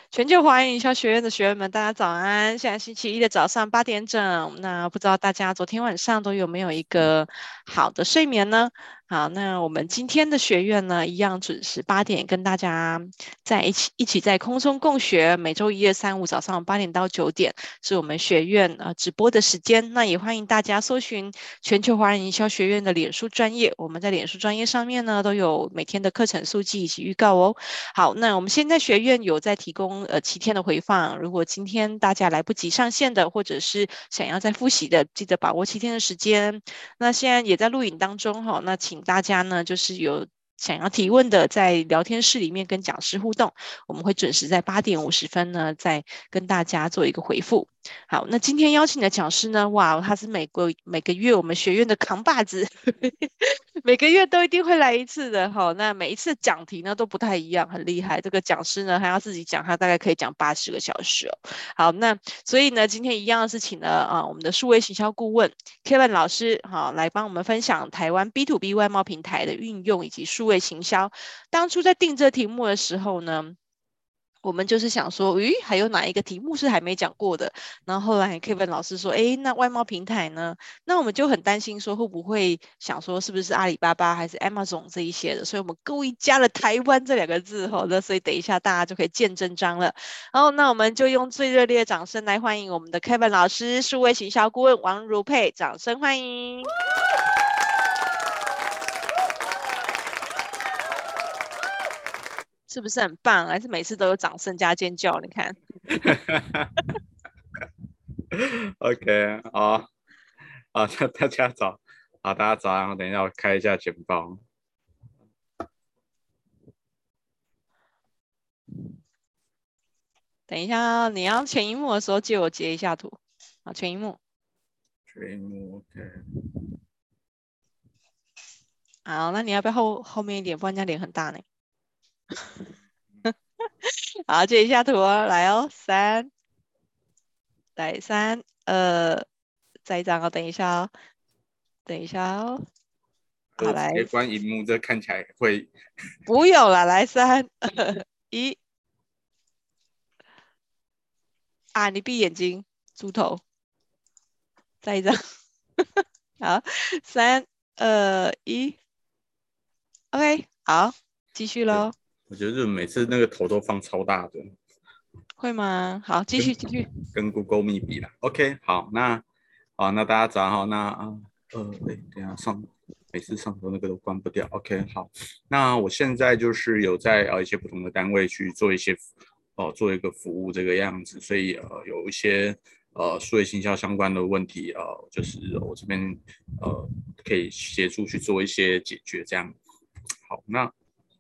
全球华语营销学院的学员们，大家早安！现在星期一的早上8点整，那不知道大家昨天晚上都有没有一个好的睡眠呢？好，那我们今天的学院呢，一样准时8点跟大家在一起在空中共学，每周一、二、三、五早上8点到9点是我们学院直播的时间。那也欢迎大家搜寻全球华人营销学院的脸书专业，我们在脸书专业上面呢都有每天的课程速记以及预告哦。好，那我们现在学院有在提供7天的回放，如果今天大家来不及上线的，或者是想要再复习的，记得把握7天的时间。那现在也在录影当中哈，那请大家呢就是有想要提问的，在聊天室里面跟讲师互动，我们会准时在8点50分呢再跟大家做一个回复。好，那今天邀请的讲师呢，哇，他是每个月我们学院的扛把子，每个月都一定会来一次的哈。那每一次讲题呢都不太一样，很厉害。这个讲师呢还要自己讲，他大概可以讲80个小时哦。好，那所以呢，今天一样是请了我们的数位行销顾问 Kevin 老师，好来帮我们分享台湾 B to B 外贸平台的运用以及数位行销。当初在定这题目的时候呢，我们就是想说，咦，还有哪一个题目是还没讲过的？然后后来 Kevin 老师说，诶，那外贸平台呢？那我们就很担心说会不会想说是不是阿里巴巴还是 Amazon 这一些的，所以我们故意加了台湾这2个字吼，那所以等一下大家就可以见真章了。然后那我们就用最热烈的掌声来欢迎我们的 Kevin 老师，数位行销顾问王如佩，掌声欢迎。是不是很棒？还是每次都有掌声加尖叫？你看。 OK，好，大家早，好，大家早安。我等一下我开一下简报。 等一下，你要全荧幕的时候借我截一下图。好，全荧幕。 全幕 OK， 好，那你要不要后面一点，不然人家脸很大呢。好，截一下图哦，来哦，来3、2，再一张哦，等一下哦，等一下哦，好来， 直接关荧幕，这看起来会。 不用了，来3、2、1，啊，你闭眼睛，猪头，再一张，好，3、2、1，OK，好，继续对， 喽， 我觉得就每次那个头都放超大的， 会吗？好，继续跟继续。 跟 Google Meet 比啦。OK，好，那大家早好，等一下每次上头那个都关不掉。OK，好，那我现在就是有在一些不同的单位去做一些做一个服务这个样子，所以有一些数位行销相关的问题就是我这边可以协助去做一些解决这样。好，那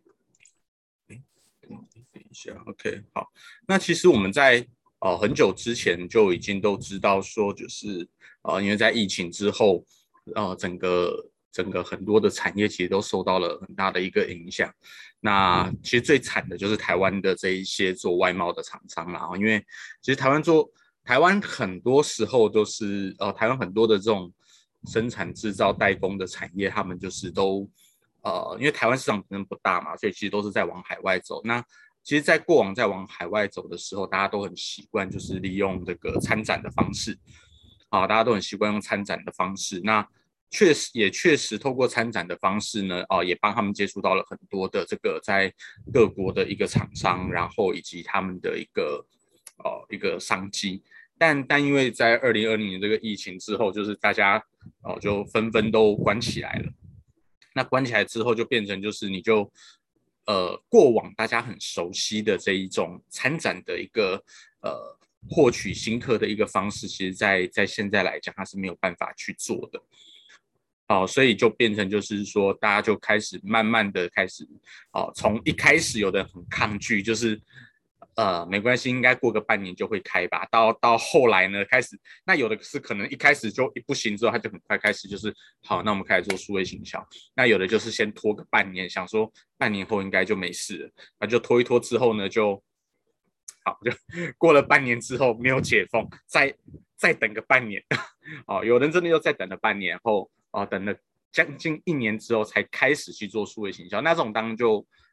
等一下，OK，好，那其实我们在很久之前就已经都知道说，就是因为在疫情之后，整个很多的产业其实都受到了很大的一个影响。那其实最惨的就是台湾的这一些做外贸的厂商啦，因为其实台湾很多时候都是台湾很多的这种生产制造代工的产业，他们就是都因为台湾市场可能不大嘛，所以其实都是在往海外走。那其实，在过往在往海外走的时候，大家都很习惯就是利用这个参展的方式，大家都很习惯用参展的方式。那确实透过参展的方式呢，也帮他们接触到了很多的这个在各国的一个厂商，然后以及他们的一个商机。但因为在2020年这个疫情之后，就是大家就纷纷都关起来了。那关起来之后，就变成就是你就过往大家很熟悉的这一种参展的一个获取新客的一个方式，其实在现在来讲，它是没有办法去做的。所以就变成就是说，大家就开始慢慢的开始，从一开始有的很抗拒，就是没关系，应该过个半年就会开吧。到后来呢，开始那有的是可能一开始就不行之后，他就很快开始就是好，那我们开始做数位行销。那有的就是先拖个半年，想说半年后应该就没事了，那就拖一拖之后呢，就好就过了半年之后没有解封，再等个半年，有人真的又再等了半年后，等了将近1年之后才开始去做数位行销，那这种当然就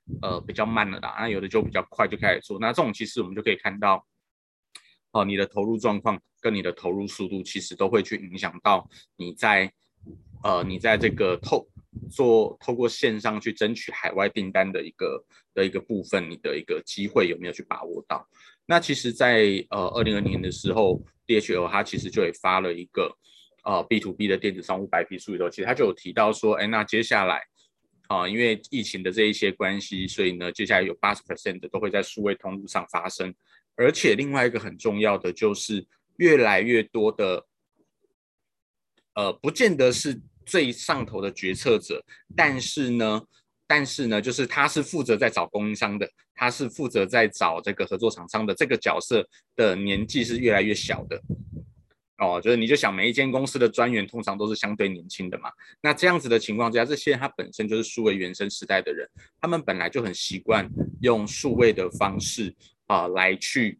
比较慢了啦，那有的就比较快就开始做。那这种其实我们就可以看到，你的投入状况跟你的投入速度，其实都会去影响到你在这个透过线上去争取海外订单的一个部分，你的一个机会有没有去把握到？那其实在，2020年的时候，DHL 它其实就也发了一个B2B 的电子商务白皮书里头，其实它就有提到说，哎，那接下来因为疫情的这一些关系，所以呢，接下来有80%的都会在数位通路上发生，而且另外一个很重要的就是越来越多的不见得是最上头的决策者，但是呢，就是他是负责在找供应商的，他是负责在找这个合作厂商的这个角色的年纪是越来越小的。就是你就想每一间公司的专员通常都是相对年轻的嘛，那这样子的情况之下，这些人他本身就是数位原生时代的人，他们本来就很习惯用数位的方式来去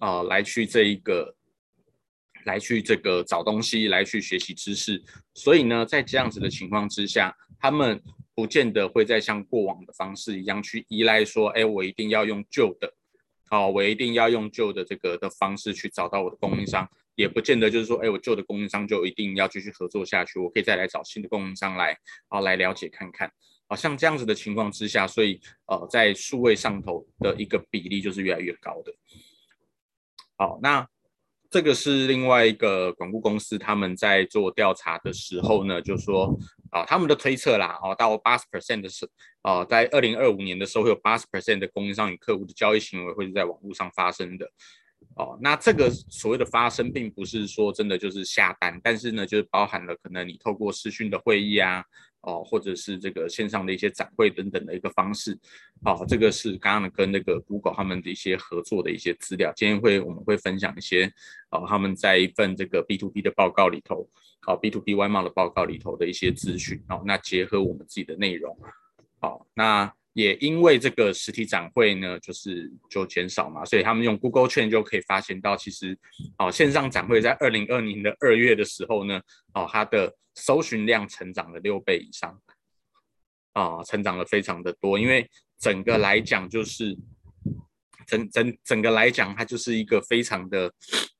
这个找东西，来去学习知识，所以呢，在这样子的情况之下，他们不见得会再像过往的方式一样去依赖说，哎，我一定要用旧的，我一定要用旧的这个的方式去找到我的供应商，也不见得就是说，哎，我旧的供应商就一定要继续合作下去，我可以再来找新的供应商来了解看看。像这样子的情况之下，所以在数位上头的一个比例就是越来越高的。好，那这个是另外一个管顾公司他们在做调查的时候呢，就说他们的推测啦，到80%的是在2025年的时候，会有80%的供应商与客户的交易行为会是在网络上发生的。那这个所谓的发生，并不是说真的就是下单，但是呢，就是包含了可能你透过视讯的会议啊，或者是这个线上的一些展会等等的一个方式，这个是刚刚跟那个 Google 他们的一些合作的一些资料。今天我们会分享一些他们在一份这个 B2B 的报告里头，B2B 外贸的报告里头的一些资讯，那结合我们自己的内容，那也因为这个实体展会呢，就减少嘛，所以他们用 Google Trend 就可以发现到，其实线上展会在2020年的2月的时候呢，它的搜寻量成长了6倍以上，成长了非常的多，因为整个来讲就是整个来讲，它就是一个非常的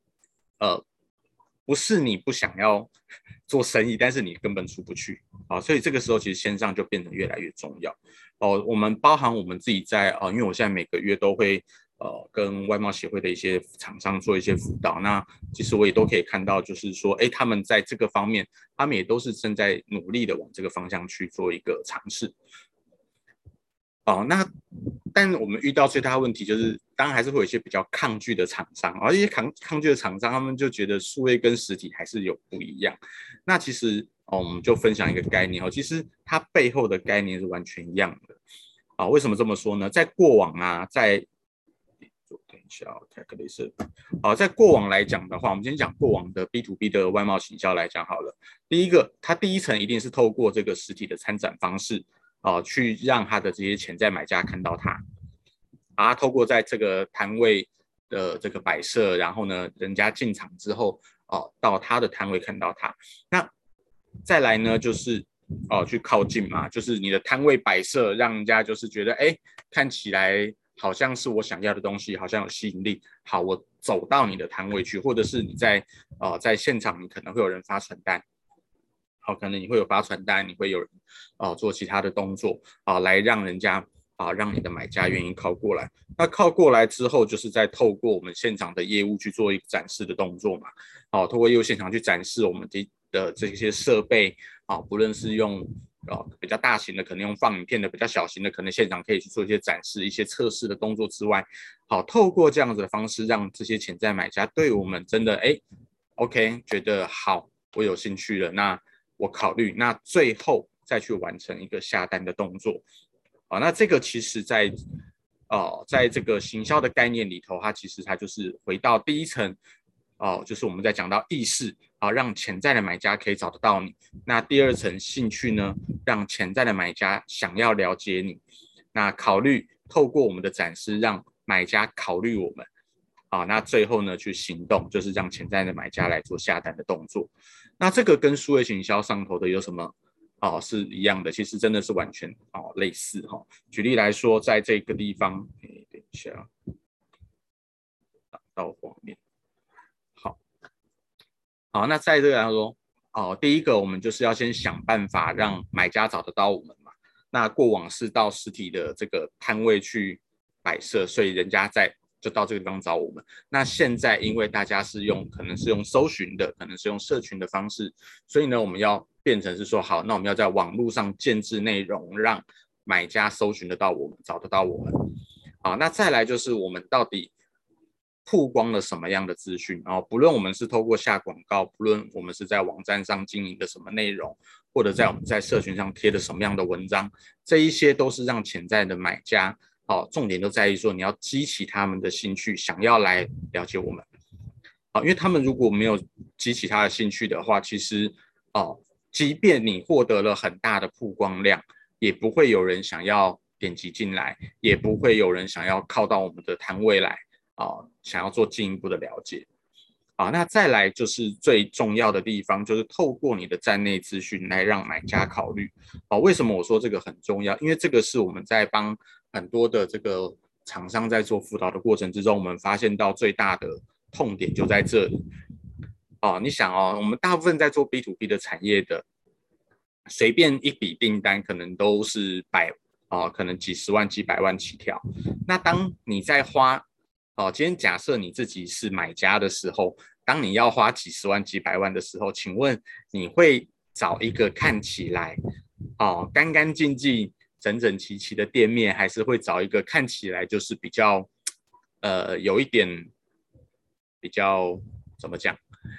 不是你不想要做生意，但是你根本出不去所以这个时候其实线上就变得越来越重要我们包含我们自己在因为我现在每个月都会跟外贸协会的一些厂商做一些辅导，那其实我也都可以看到，就是说，他们在这个方面，他们也都是正在努力的往这个方向去做一个尝试。但我们遇到最大的问题就是，当然还是会有一些比较抗拒的厂商，而一些抗拒的厂商，他们就觉得数位跟实体还是有不一样。那其实我们就分享一个概念其实它背后的概念是完全一样的为什么这么说呢？在过往等一下在过往来讲的话，我们先讲过往的 B2B 的外贸行销来讲好了。第一个，它第一层一定是透过这个实体的参展方式去让他的这些潜在买家看到他透过在这个摊位的这个摆设，然后呢，人家进场之后到他的摊位看到他。那再来呢，就是去靠近嘛，就是你的摊位摆设，让人家就是觉得看起来好像是我想要的东西，好像有吸引力。好，我走到你的摊位去，或者是你在现场，你可能会有人发传单。可能你会有发传单，你会有人做其他的动作来让人家让你的买家愿意靠过来。那靠过来之后，就是再透过我们现场的业务去做一个展示的动作嘛。透过业务现场去展示我们的这些设备不论是用比较大型的，可能用放影片的；比较小型的，可能现场可以去做一些展示、一些测试的动作之外，透过这样子的方式，让这些潜在买家对我们真的OK 觉得好，我有兴趣了，那我考虑，那最后再去完成一个下单的动作那这个其实在这个行销的概念里头，它其实就是回到第一层就是我们在讲到意识让潜在的买家可以找得到你。那第二层兴趣呢，让潜在的买家想要了解你。那考虑透过我们的展示，让买家考虑我们那最后呢去行动，就是让潜在的买家来做下单的动作。那这个跟数位行销上头的有什么是一样的，其实真的是完全类似哈。举例来说，在这个地方，等一下，打到画面，好，那在这个来说，第一个我们就是要先想办法让买家找得到我们嘛。那过往是到实体的这个摊位去摆设，所以人家就到这个地方找我们。那现在因为大家可能是用搜寻的，可能是用社群的方式，所以呢，我们要变成是说，好，那我们要在网络上建置内容，让买家搜寻得到我们，找得到我们。好，那再来就是我们到底曝光了什么样的资讯，不论我们是透过下广告，不论我们是在网站上经营的什么内容，或者我们在社群上贴的什么样的文章，这一些都是让潜在的买家，重点都在于说你要激起他们的兴趣，想要来了解我们。因为他们如果没有激起他的兴趣的话，其实即便你获得了很大的曝光量，也不会有人想要点击进来，也不会有人想要靠到我们的摊位来想要做进一步的了解。那再来就是最重要的地方，就是透过你的站内资讯来让买家考虑。为什么我说这个很重要？因为这个是我们在帮很多的这个厂商在做辅导的过程之中，我们发现到最大的痛点就在这里。你想我们大部分在做 B to B 的产业的，随便一笔订单可能都是可能几十万、几百万起跳。那当你在花今天假设你自己是买家的时候，当你要花几十万、几百万的时候，请问你会找一个看起来干干净净、整整齐齐的店面，还是会找一个看起来就是比较有一点比较怎么讲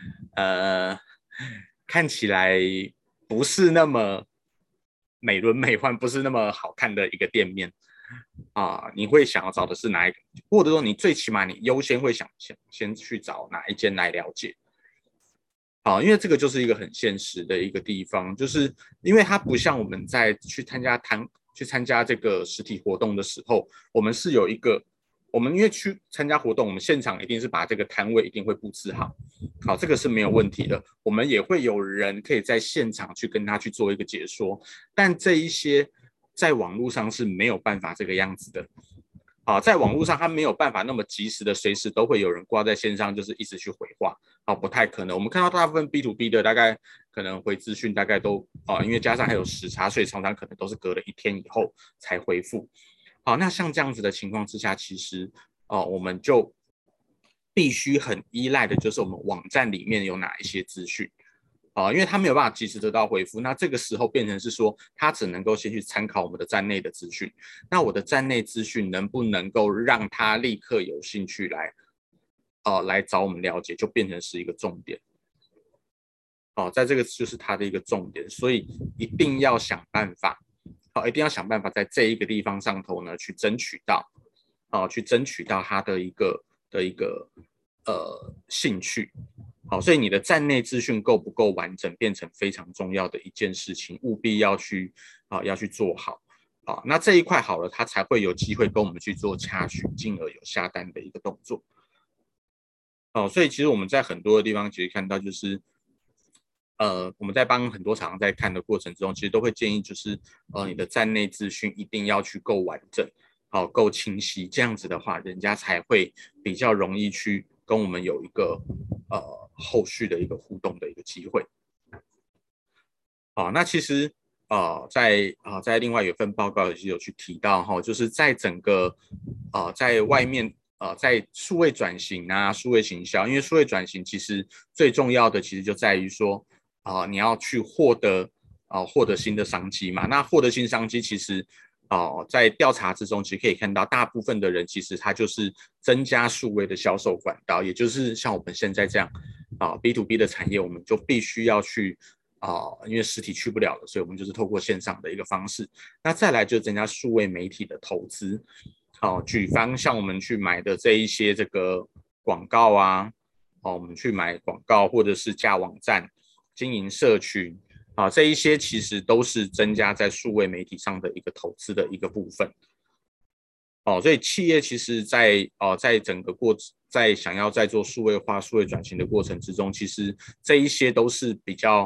看起来不是那么美轮美奂，不是那么好看的一个店面你会想要找的是哪一个？或者说你最起码你优先会想先去找哪一间来了解？因为这个就是一个很现实的一个地方，就是因为它不像我们在去参加这个实体活动的时候，我们是有一个，我们因为去参加活动，我们现场一定是把这个摊位一定会布置好，好，这个是没有问题的。我们也会有人可以在现场去跟他去做一个解说，但这一些在网络上是没有办法这个样子的。在网络上他没有办法那么及时的随时都会有人挂在线上，就是一直去回话，不太可能。我们看到大部分 B to B 的大概可能回资讯大概都因为加上还有时差，所以常常可能都是隔了1天以后才回复。那像这样子的情况之下，其实我们就必须很依赖的就是我们网站里面有哪一些资讯。因为他没有办法及时得到回复，那这个时候变成是说，他只能够先去参考我们的站内的资讯。那我的站内资讯能不能够让他立刻有兴趣来找我们了解，就变成是一个重点。在这个就是他的一个重点，所以一定要想办法，一定要想办法在这一个地方上头呢去争取到他的一个兴趣。好，所以你的站内资讯够不够完整，变成非常重要的一件事情，务必要去做好。那这一块好了，他才会有机会跟我们去做洽询，进而有下单的一个动作。所以其实我们在很多的地方其实看到就是我们在帮很多厂商在看的过程中，其实都会建议就是你的站内资讯一定要去够完整，够清晰，这样子的话，人家才会比较容易去跟我们有一个后续的一个互动的一个机会。那其实在另外有份报告也是有去提到就是在整个在外面在数位转型数位行销，因为数位转型其实最重要的其实就在于说你要去获得新的商机嘛。那获得新商机其实在调查之中，其实可以看到，大部分的人其实他就是增加数位的销售管道，也就是像我们现在这样B to B 的产业，我们就必须要去因为实体去不了了，所以我们就是透过线上的一个方式。那再来就增加数位媒体的投资。举方像我们去买的这一些这个广告我们去买广告或者是架网站、经营社群。这一些其实都是增加在数位媒体上的一个投资的一个部分。所以企业其实在整个想要在做数位化、数位转型的过程之中，其实这一些都是比较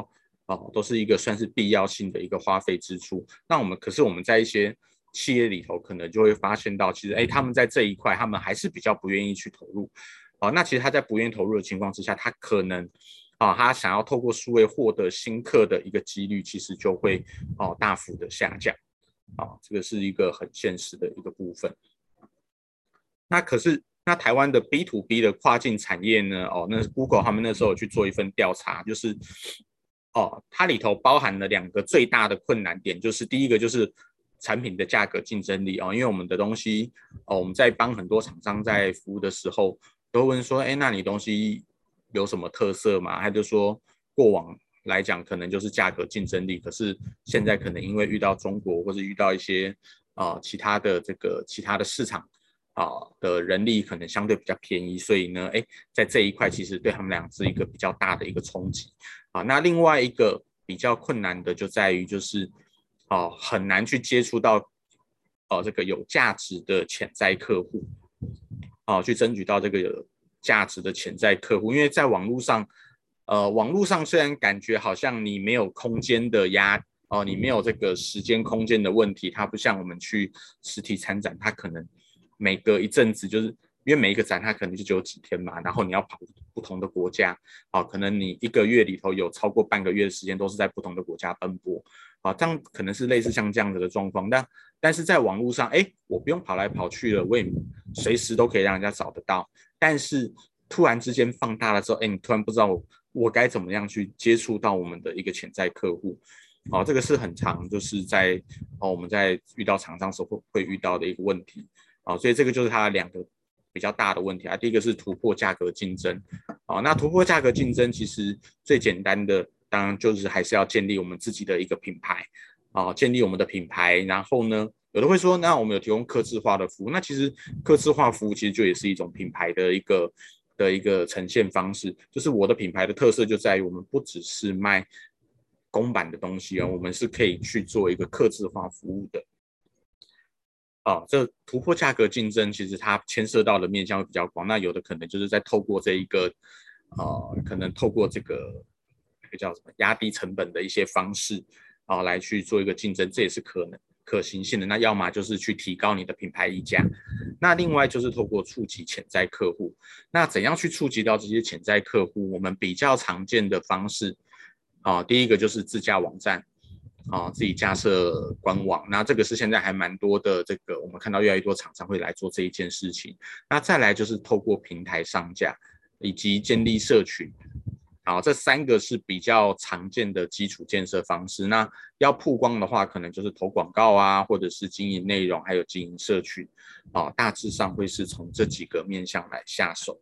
都是一个算是必要性的一个花费支出。那可是我们在一些企业里头，可能就会发现到，其实他们在这一块，他们还是比较不愿意去投入。那其实他在不愿意投入的情况之下，他可能他想要透过数位获得新客的一个几率，其实就会大幅的下降。这个是一个很现实的一个部分。那可是台湾的 B to B 的跨境产业呢？那 Google 他们那时候有去做一份调查，就是它里头包含了2个最大的困难点，就是第一个就是产品的价格竞争力因为我们的东西我们在帮很多厂商在服务的时候，都会问说，那你东西有什么特色吗？他就说过往来讲可能就是价格竞争力，可是现在可能因为遇到中国或者遇到一些其他的市场的人力可能相对比较便宜，所以呢在这一块其实对他们俩是一个比较大的一个冲击那另外一个比较困难的就在于就是很难去接触到这个有价值的潜在客户去争取到这个有价值的潜在客户，因为在网络上虽然感觉好像你没有空间的你没有这个时间空间的问题，它不像我们去实体参展，它可能每隔一阵子，就是因为每一个展它可能就只有几天嘛，然后你要跑不同的国家可能你1个月里头有超过半个月的时间都是在不同的国家奔波这样可能是类似像这样子的状况，但是在网络上我不用跑来跑去了，我也随时都可以让人家找得到，但是突然之间放大了之后你突然不知道我该怎么样去接触到我们的一个潜在客户这个是很常就是在我们在遇到厂商时候会遇到的一个问题所以这个就是它2个比较大的问题第一个是突破价格竞争那突破价格竞争其实最简单的当然就是还是要建立我们自己的一个品牌建立我们的品牌，然后呢有的会说那我们有提供客制化的服务，那其实客制化服务其实就也是一种品牌的一个呈现方式，就是我的品牌的特色就在于我们不只是卖公版的东西我们是可以去做一个客制化服务的这突破价格竞争其实它牵涉到的面向会比较广，那有的可能就是在透过这一个可能透过这个叫什么压低成本的一些方式来去做一个竞争，这也是可行性的。那要么就是去提高你的品牌溢价，那另外就是透过触及潜在客户。那怎样去触及到这些潜在客户？我们比较常见的方式第一个就是自家网站自己架设官网，那这个是现在还蛮多的，这个我们看到越来越多厂商会来做这一件事情。那再来就是透过平台上架以及建立社群这3个是比较常见的基础建设方式。那要曝光的话，可能就是投广告或者是经营内容，还有经营社群大致上会是从这几个面向来下手。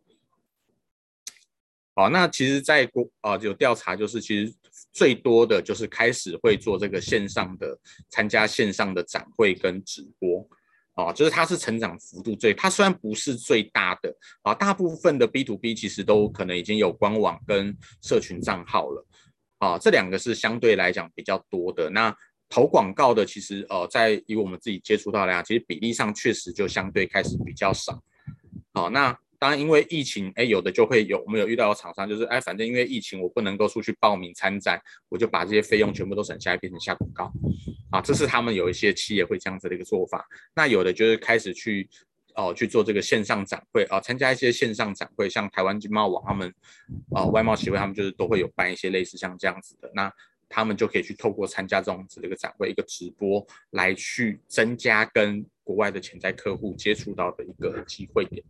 那其实在有调查，就是其实最多的就是开始会做这个参加线上的展会跟直播就是它是成长幅度它虽然不是最大的大部分的 B to B 其实都可能已经有官网跟社群账号了这2个是相对来讲比较多的。那投广告的其实在以我们自己接触到来讲，其实比例上确实就相对开始比较少那当然因为疫情有的就会我们有遇到的厂商就是反正因为疫情我不能够出去报名参展，我就把这些费用全部都省下来变成下广告这是他们有一些企业会这样子的一个做法。那有的就是开始去做这个线上展会参加一些线上展会，像台湾经贸网他们外贸协会他们就是都会有办一些类似像这样子的，那他们就可以去透过参加这种子的一个展会一个直播来去增加跟国外的潜在客户接触到的一个机会点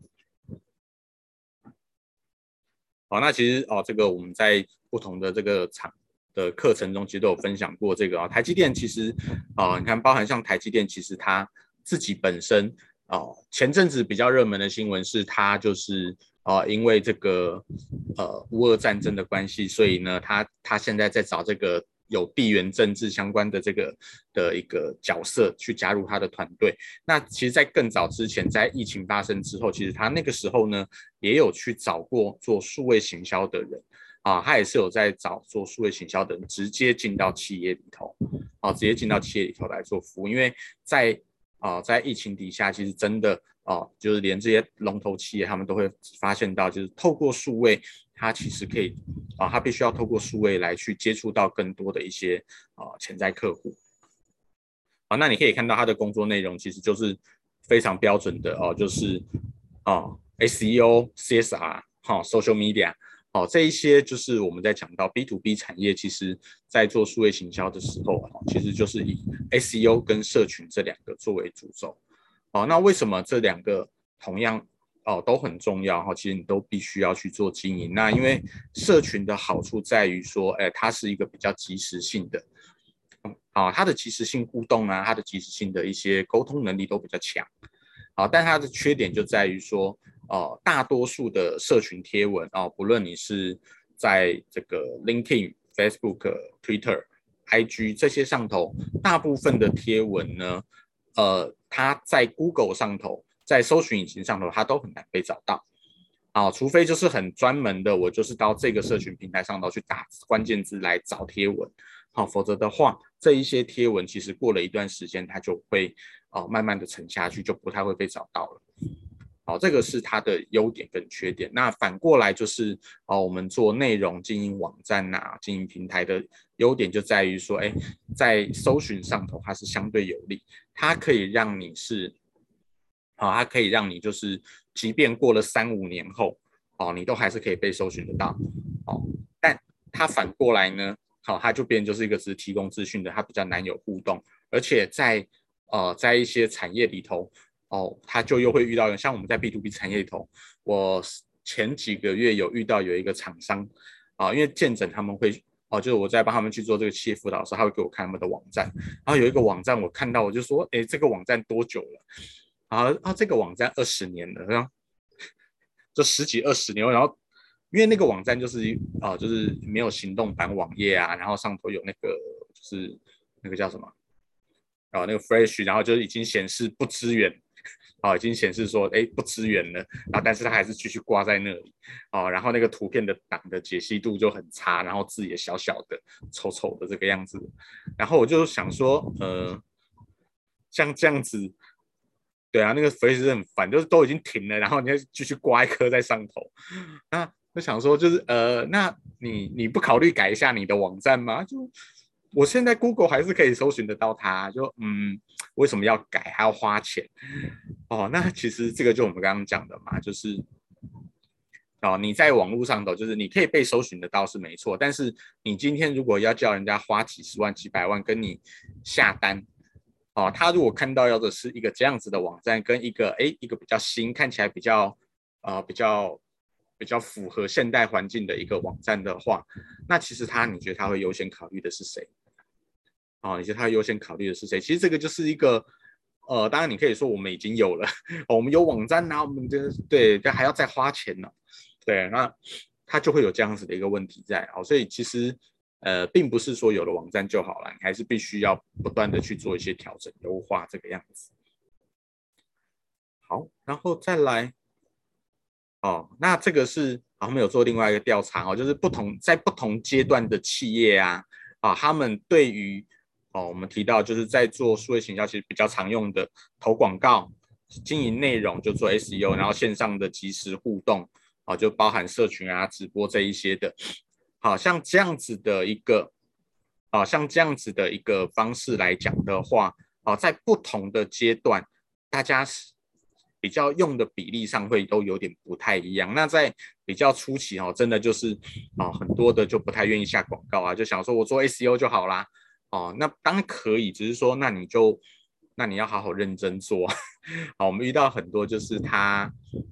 那其实这个我们在不同的这个场的课程中其实都有分享过这个台积电其实你看包含像台积电其实它自己本身前阵子比较热门的新闻是它就是因为这个乌俄战争的关系，所以呢他现在在找这个有地缘政治相关的这个的一个角色去加入他的团队。那其实在更早之前，在疫情发生之后，其实他那个时候呢也有去找过做数位行销的人他也是有在找做数位行销的人直接进到企业里头直接进到企业里头来做服务。因为在疫情底下，其实真的就是连这些龙头企业他们都会发现到，就是透过数位，它其实可以它必须要透过数位来去接触到更多的一些潜在客户。那你可以看到它的工作内容其实就是非常标准的就是SEO、CSR、Social Media。这一些就是我们在讲到 B to B 产业，其实在做数位行销的时候，其实就是以 SEO 跟社群这两个作为主轴。那为什么这两个同样都很重要？其实你都必须要去做经营。那因为社群的好处在于说，它是一个比较即时性的，它的即时性互动啊，它的即时性的一些沟通能力都比较强。但它的缺点就在于说，大多数的社群贴文不论你是在这个 LinkedIn、Facebook、Twitter、IG 这些上头，大部分的贴文呢，它在 Google 上头，在搜寻引擎上头，它都很难被找到。除非就是很专门的，我就是到这个社群平台上头去打关键字来找贴文，否则的话，这一些贴文其实过了一段时间，它就会慢慢的沉下去，就不太会被找到了。这个是它的优点跟缺点。那反过来就是我们做内容经营网站经营平台的优点就在于说，在搜寻上头它是相对有利，它可以让你它可以让你就是即便过了3-5年后你都还是可以被搜寻得到但它反过来呢它就变就是一个只是提供资讯的，它比较难有互动，而且在一些产业里头它就又会遇到像我们在 B2B 产业里头，我前几个月有遇到有一个厂商因为健诊他们会就是我在帮他们去做这个企业辅导的时候，他会给我看他们的网站，然后有一个网站我看到我就说，这个网站多久了？这个网站20年了，然后就10几20年，然后因为那个网站就是没有行动版网页然后上头有那个就是那个叫什么那个 Flash， 然后就已经显示不支援已经显示说不支援了，然后但是它还是继续挂在那里然后那个图片的档的解析度就很差，然后字也小小的丑丑的这个样子，然后我就想说像这样子对那个 Flash 很烦，就是都已经停了，然后你要继续挂一颗在上头，那就想说就是那你不考虑改一下你的网站吗？就我现在 Google 还是可以搜寻得到它，就为什么要改还要花钱那其实这个就我们刚刚讲的嘛，就是你在网络上头就是你可以被搜寻得到是没错，但是你今天如果要叫人家花几十万几百万跟你下单他如果看到要的是一个这样子的网站，跟一个比较新，看起来比较符合现代环境的一个网站的话，那其实你觉得他会优先考虑的是谁？你觉得他会优先考虑的是谁？其实这个就是一个当然你可以说我们已经有了我们有网站我们对，还要再花钱呢对，那他就会有这样子的一个问题在所以其实并不是说有了网站就好了，你还是必须要不断的去做一些调整优化这个样子。好，然后再来那这个是他们有做另外一个调查就是在不同阶段的企业他们对于我们提到就是在做数位行销其实比较常用的投广告、经营内容就做 SEO， 然后线上的即时互动就包含社群直播这一些的，像这样子的一个方式来讲的话在不同的阶段大家比较用的比例上会都有点不太一样。那在比较初期真的就是很多的就不太愿意下广告就想说我做 SEO 就好啦那当然可以，只是说那你要好好认真做我们遇到很多就是他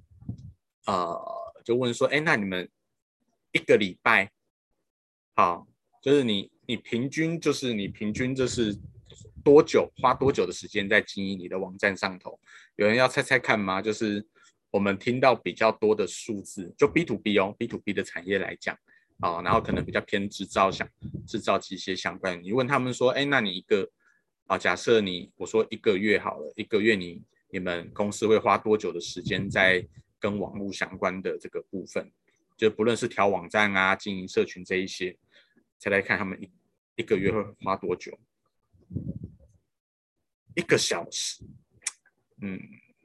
就问说那你们一个礼拜就是你平均就是花多久的时间在经营你的网站上头？有人要猜猜看吗？就是我们听到比较多的数字，就 B to B to B 的产业来讲然后可能比较偏制造机械相关，你问他们说，那你假设我说1个月好了，1个月你们公司会花多久的时间在跟网络相关的这个部分？就不论是调网站经营社群这一些，才来看他们一个月会花多久？1个小时，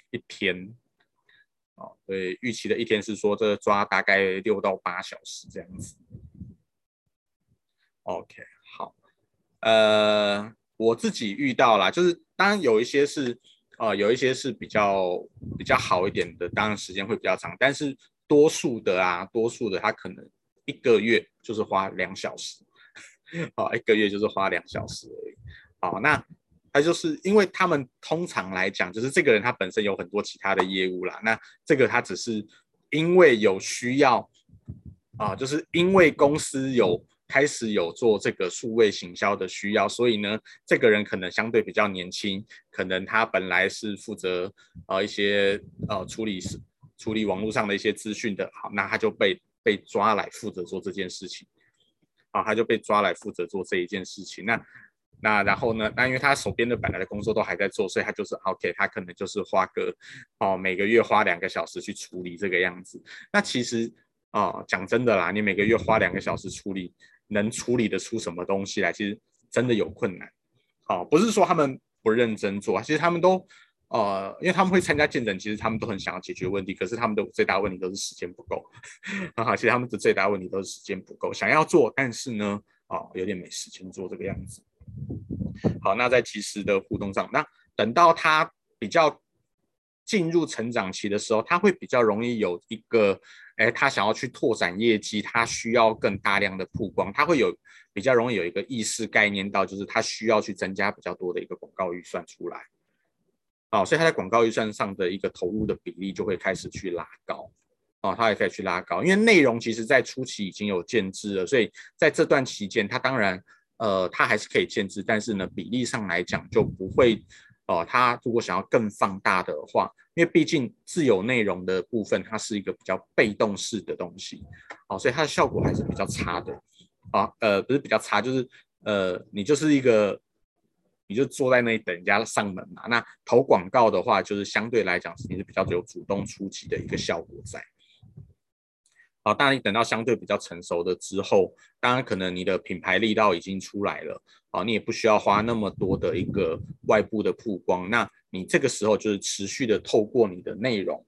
一天。对，预期的一天是说这抓大概6到8小时这样子。OK， 好，我自己遇到啦，就是当然有一些是比较好一点的，当然时间会比较长，但是多数的它可能1个月就是花2小时，1个月就是花2小时而已。好，那他就是因为他们通常来讲，就是这个人他本身有很多其他的业务啦，那这个他只是因为有需要就是因为公司开始有做这个数位行销的需要，所以呢，这个人可能相对比较年轻，可能他本来是负责一些处理网络上的一些资讯的，好，那他就被抓来负责做这件事情，他就被抓来负责做这一件事情，那然后呢？那因为他手边的本来的工作都还在做，所以他就是 OK， 他可能就是每个月花2个小时去处理这个样子。那其实讲真的啦，你每个月花2个小时处理，能处理得出什么东西来？其实真的有困难。不是说他们不认真做，其实他们都因为他们会参加健诊，其实他们都很想要解决问题，可是他们的最大问题都是时间不够。其实他们的最大问题都是时间不够，想要做，但是呢，有点没时间做这个样子。好，那在即时的互动上，那等到他比较进入成长期的时候，他会比较容易有一个，他想要去拓展业绩，他需要更大量的曝光，他会比较容易有一个意识概念到，就是他需要去增加比较多的一个广告预算出来。所以他在广告预算上的一个投入的比例就会开始去拉高。他也可以去拉高，因为内容其实在初期已经有建制了，所以在这段期间，他当然它还是可以建制，但是呢，比例上来讲就不会它如果想要更放大的话，因为毕竟自有内容的部分，它是一个比较被动式的东西，所以它的效果还是比较差的不是比较差，就是你就是你就坐在那里等人家上门嘛。那投广告的话，就是相对来讲你是比较有主动出击的一个效果在。当然，你等到相对比较成熟的之后，当然可能你的品牌力道已经出来了，你也不需要花那么多的一个外部的曝光。那你这个时候就是持续的透过你的内容，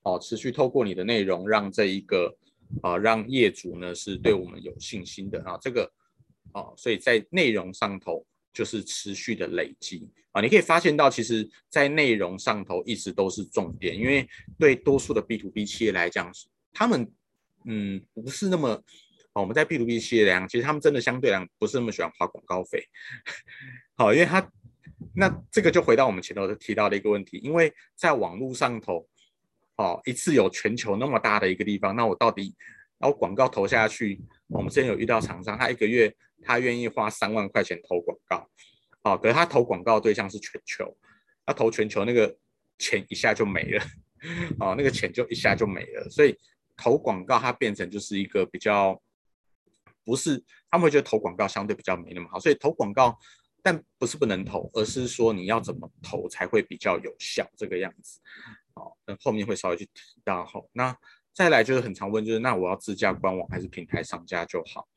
让这一个让业主呢是对我们有信心的这个所以在内容上头就是持续的累积你可以发现到，其实在内容上头一直都是重点，因为对多数的 B2B 企业来讲，他们不是那么我们在 B2B 企业来讲，其实他们真的相对来讲不是那么喜欢花广告费。好，因为那这个就回到我们前头提到的一个问题，因为在网络上头一次有全球那么大的一个地方，那我到底然后广告投下去，我们之前有遇到厂商，他1个月他愿意花3万块钱投广告，可是他投广告对象是全球，他投全球那个钱一下就没了，那个钱就一下就没了，所以投广告它变成就是一个比较不是，他们会觉得投广告相对比较没那么好，所以投广告但不是不能投，而是说你要怎么投才会比较有效这个样子。后面会稍微去提到那再来就是很常问，就是那我要自家官网还是平台上架就好？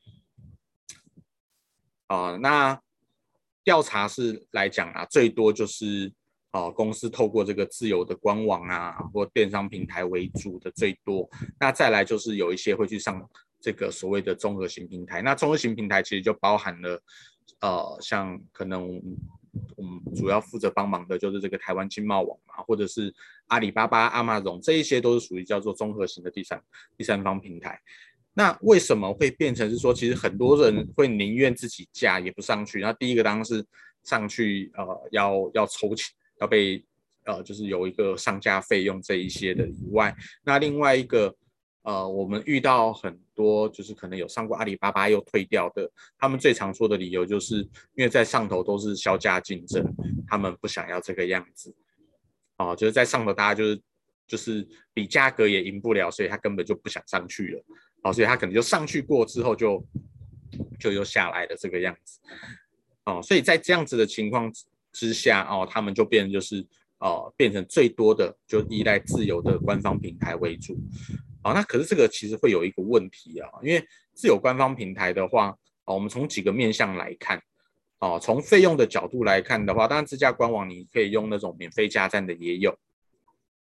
那调查是来讲最多就是公司透过这个自有的官网或电商平台为主的最多。那再来就是有一些会去上这个所谓的综合型平台。那综合型平台其实就包含了像可能我们主要负责帮忙的就是这个台湾经贸网或者是阿里巴巴、Amazon， 这一些都是属于叫做综合型的第三方平台。那为什么会变成是说，其实很多人会宁愿自己架也不上去？那第一个当然是上去要抽钱，要被就是有一个上架费用这一些的以外，那另外一个我们遇到很多就是可能有上过阿里巴巴又退掉的，他们最常说的理由就是因为在上头都是销价竞争，他们不想要这个样子就是在上头大家就是比价格也赢不了，所以他根本就不想上去了所以他可能就上去过之后就又下来了这个样子所以在这样子的情况之下他们就变成就是变成最多的就依赖自有的官方平台为主那可是这个其实会有一个问题因为自有官方平台的话我们从几个面向来看从费用的角度来看的话，当然自家官网你可以用那种免费加站的也有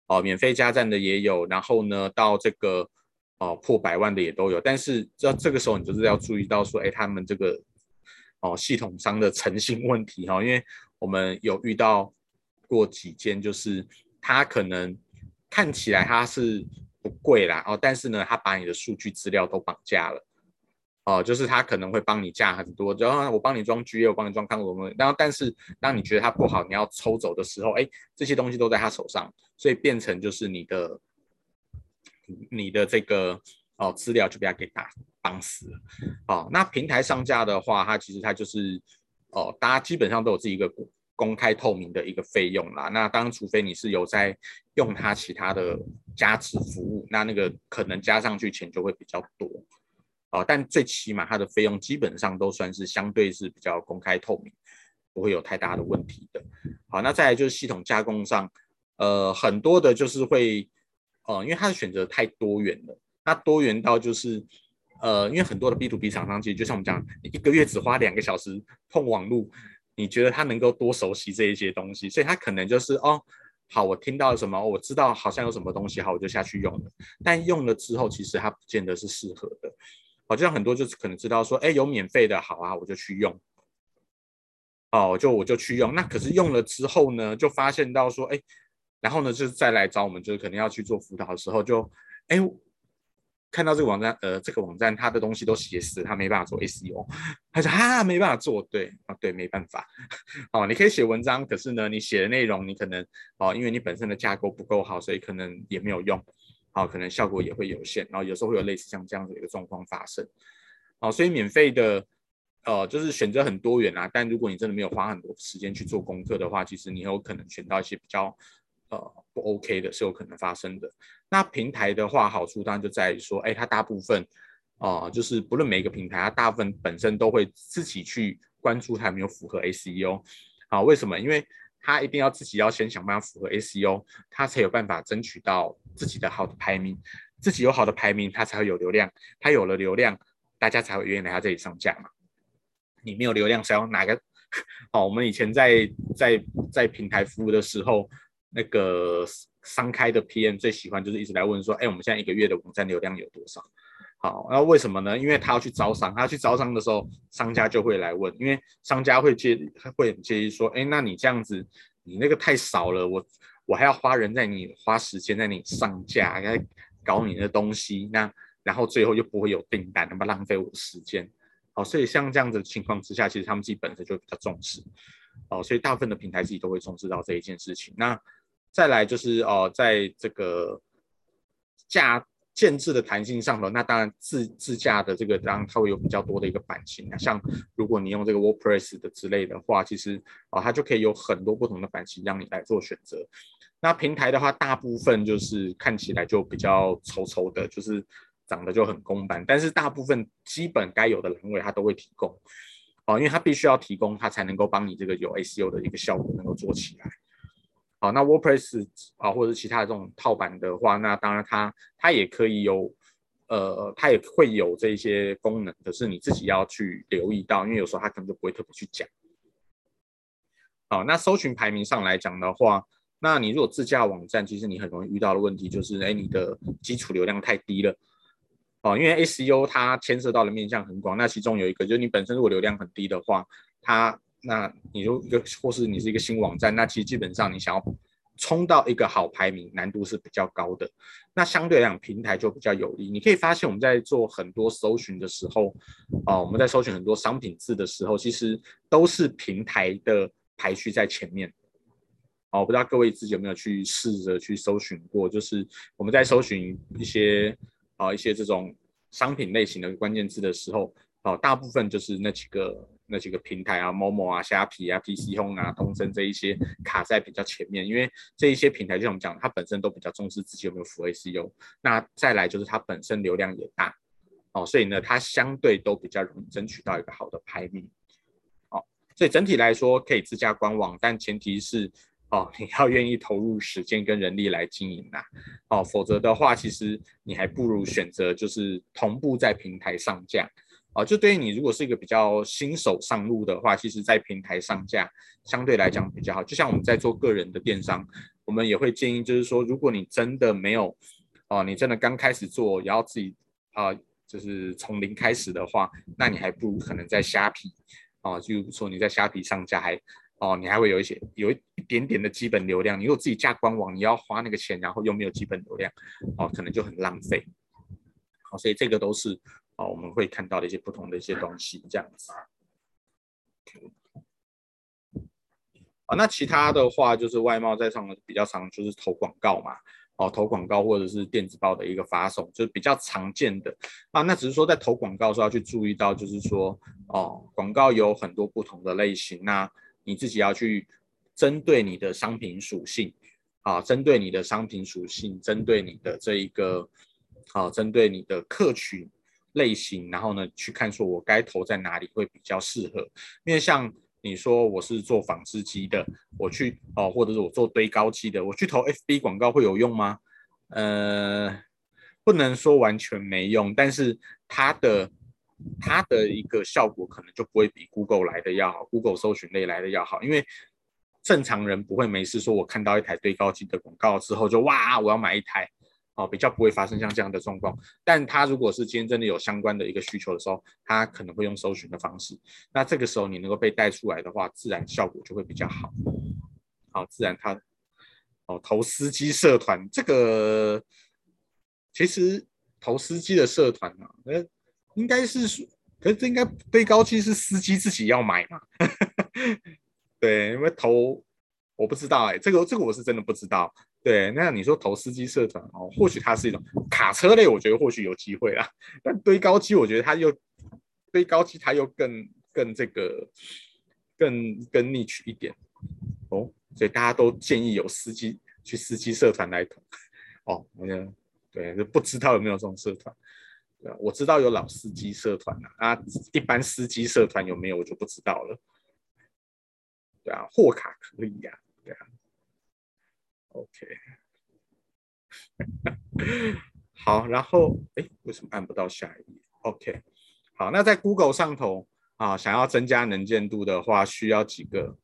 免费加站的也有，然后呢到这个破百万的也都有，但是这个时候你就是要注意到说，他们这个系统商的诚信问题因为我们有遇到过几间，就是它可能看起来它是不贵啦但是呢，它把你的数据资料都绑架了。就是他可能会帮你架很多，然后我帮你装 GA，我帮你装康龙，然后但是当你觉得它不好，你要抽走的时候，这些东西都在他手上，所以变成就是你的这个资料就被他给绑死了。那平台上架的话，它其实它就是大家基本上都有自己一个公开透明的一个费用啦。那当然，除非你是有在用它其他的加值服务，那个可能加上去钱就会比较多。但最起码它的费用基本上都算是相对是比较公开透明，不会有太大的问题的。好，那再来就是系统加工上，很多的就是会，因为它的选择太多元了，那多元到就是，因为很多的 B to B 厂商其实就像我们讲，你一个月只花2个小时碰网路，你觉得他能够多熟悉这一些东西，所以他可能就是好，我听到了什么，我知道好像有什么东西，好，我就下去用了。但用了之后，其实它不见得是适合的。就像很多就是可能知道说，有免费的，好啊，我就去用。我就去用。那可是用了之后呢，就发现到说，然后呢，就是再来找我们，就是可能要去做辅导的时候，就看到这个网站，这个网站它的东西都写死，它没办法做 SEO， 他说没办法做，对对，没办法。你可以写文章，可是呢，你写的内容你可能因为你本身的架构不够好，所以可能也没有用。可能效果也会有限，然后有时候会有类似像这样的一个状况发生。所以免费的就是选择很多元啊，但如果你真的没有花很多时间去做功课的话，其实你有可能选到一些比较不 OK 的，是有可能发生的。那平台的话，好处当然就在于说，它大部分就是不论每一个平台，它大部分本身都会自己去关注它有没有符合 SEO。为什么？因为他一定要自己要先想办法符合 SEO， 他才有办法争取到自己的好的排名。自己有好的排名，他才会有流量。他有了流量，大家才会愿意来他这里上架嘛。你没有流量，谁要哪个？我们以前在平台服务的时候，那个商开的 PM 最喜欢就是一直来问说，我们现在一个月的网站流量有多少？好，那为什么呢？因为他要去招商，他去招商的时候，商家就会来问，因为商家会很介意说，那你这样子，你那个太少了，我还要花时间在你上架，还搞你的东西，那然后最后又不会有订单，那么浪费我的时间。好，所以像这样子的情况之下，其实他们自己本身就比较重视。所以大部分的平台自己都会重视到这一件事情。那再来就是在这个建制的弹性上头，那当然自驾的这个当然它会有比较多的一个版型。像如果你用这个 WordPress 的之类的话，其实它就可以有很多不同的版型让你来做选择。那平台的话，大部分就是看起来就比较丑丑的，就是长得就很公版，但是大部分基本该有的栏位它都会提供。因为它必须要提供，它才能够帮你这个有 SEO 的一个效果能够做起来。好，那 WordPress 或者其他的这种套版的话，那当然它也可以有它也会有这些功能，可是你自己要去留意到，因为有时候它可能就不会特别去讲。好，那搜寻排名上来讲的话，那你如果自驾网站，其实你很容易遇到的问题就是，你的基础流量太低了。因为 SEO 它牵涉到的面向很广，那其中有一个就是你本身如果流量很低的话，那你就或是你是一个新网站，那其实基本上你想要冲到一个好排名，难度是比较高的。那相对来讲，平台就比较有利。你可以发现我们在做很多搜寻的时候，我们在搜寻很多商品字的时候，其实都是平台的排序在前面。我不知道各位自己有没有去试着去搜寻过，就是我们在搜寻一些这种商品类型的关键字的时候，大部分就是那几个平台啊，Momo 啊、虾皮啊、PC Home 啊、东森这一些卡在比较前面，因为这一些平台就像我们讲，它本身都比较重视自己有没有符合 SEO， 那再来就是它本身流量也大，所以呢，它相对都比较容易争取到一个好的排名。所以整体来说可以自家官网，但前提是你要愿意投入时间跟人力来经营否则的话，其实你还不如选择就是同步在平台上架。就对于你如果是一个比较新手上路的话，其实在平台上架相对来讲比较好。就像我们在做个人的电商， 我们也会建议，就是说，如果你真的没有你真的刚开始做，也要自己就是从零开始的话，那你还不如可能在虾皮就说你在虾皮上架你还会有一点点的基本流量。你如果自己架官网，你要花那个钱，然后又没有基本流量可能就很浪费。所以这个都是我们会看到的一些不同的一些东西，这样子。那其他的话就是外贸在上比较常就是投广告嘛，投广告或者是电子报的一个发送，就是比较常见的那只是说在投广告的时候要去注意到，就是说广告有很多不同的类型，那你自己要去针对你的商品属性针对你的商品属性，针对你的这一个针对你的客群类型，然后呢去看说我该投在哪里会比较适合。因为像你说我是做纺织机的，我去或者是我做堆高机的，我去投 FB 广告会有用吗？不能说完全没用，但是它的一个效果可能就不会比 Google 来的要好， Google 搜寻类来的要好。因为正常人不会没事说我看到一台堆高机的广告之后就哇我要买一台比较不会发生像这样的状况。但他如果是今天真的有相关的一个需求的时候，他可能会用搜寻的方式，那这个时候你能够被带出来的话，自然效果就会比较好。自然他投司机社团，这个其实投司机的社团应该是，可是这应该堆高机是司机自己要买嘛？对，因为投我不知道这个我是真的不知道。对，那你说投司机社团或许它是一种卡车类，我觉得或许有机会啦。但堆高机，我觉得它又更这个更niche一点所以大家都建议有司机去司机社团来投对，不知道有没有这种社团。我知道有老司机社团一般司机社团有没有我就不知道了。对啊，货卡可以啊，对啊。OK， 好，然后为什么按不到下一页 ？OK， 好，那在 Google 上头想要增加能见度的话，需要几个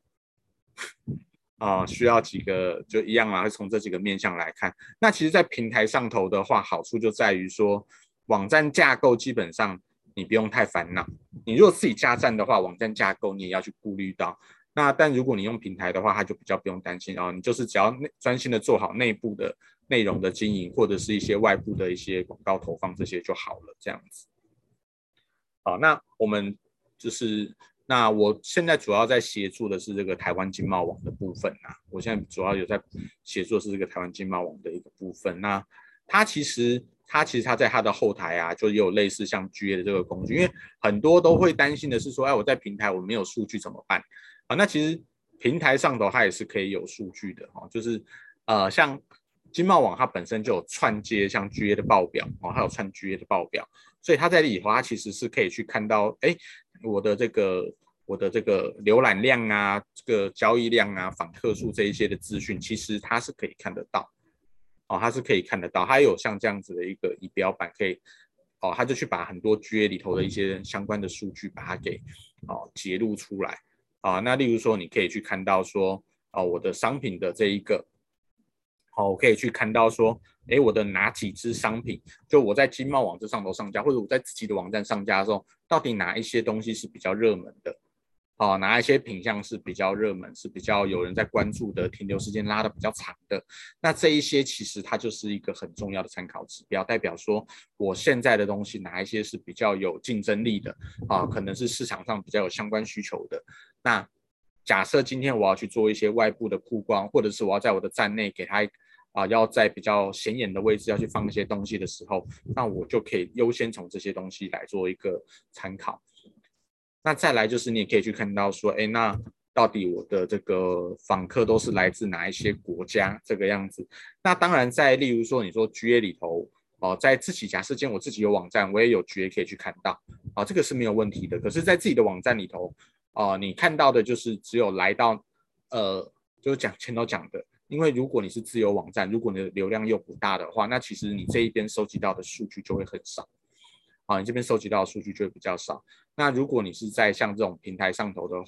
就一样会从这几个面向来看。那其实，在平台上头的话，好处就在于说，网站架构基本上你不用太烦恼。你如果自己架站的话，网站架构你也要去顾虑到。但如果你用平台的话，它就比较不用担心你就是只要专心的做好内部的内容的经营，或者是一些外部的一些广告投放这些就好了，这样子。那我们那我现在主要在协助的是这个台湾经贸网的部分我现在主要有在协助的是这个台湾经贸网的一个部分。那它其实它在它的后台就也有类似像 GA 的这个工具，因为很多都会担心的是说，我在平台我没有数据怎么办那其实平台上头它也是可以有数据的就是像经贸网它本身就有串接像 GA 的报表它有串 GA 的报表，所以它在里头它其实是可以去看到我的这个浏览量这个交易量访客数这一些的资讯，其实它是可以看得到它是可以看得到。它有像这样子的一个仪表板可以它就去把很多 GA 里头的一些相关的数据把它给截录出来那例如说你可以去看到说我的商品的这一个我可以去看到说我的哪几支商品就我在经贸网这上头上架，或者我在自己的网站上架的时候，到底哪一些东西是比较热门的哪一些品项是比较热门，是比较有人在关注的，停留时间拉的比较长的，那这一些其实它就是一个很重要的参考指标，代表说我现在的东西哪一些是比较有竞争力的可能是市场上比较有相关需求的。那假设今天我要去做一些外部的曝光，或者是我要在我的站内给它要在比较显眼的位置要去放一些东西的时候，那我就可以优先从这些东西来做一个参考。那再来就是你也可以去看到说那到底我的这个访客都是来自哪一些国家这个样子。那当然在例如说你说 GA 里头在自己假设间我自己有网站，我也有 GA 可以去看到这个是没有问题的。可是在自己的网站里头你看到的就是只有来到就是前头讲的，因为如果你是自由网站，如果你的流量又不大的话，那其实你这一边收集到的数据就会很少你这边收集到的数据就会比较少。那如果你是在像这种平台上头的话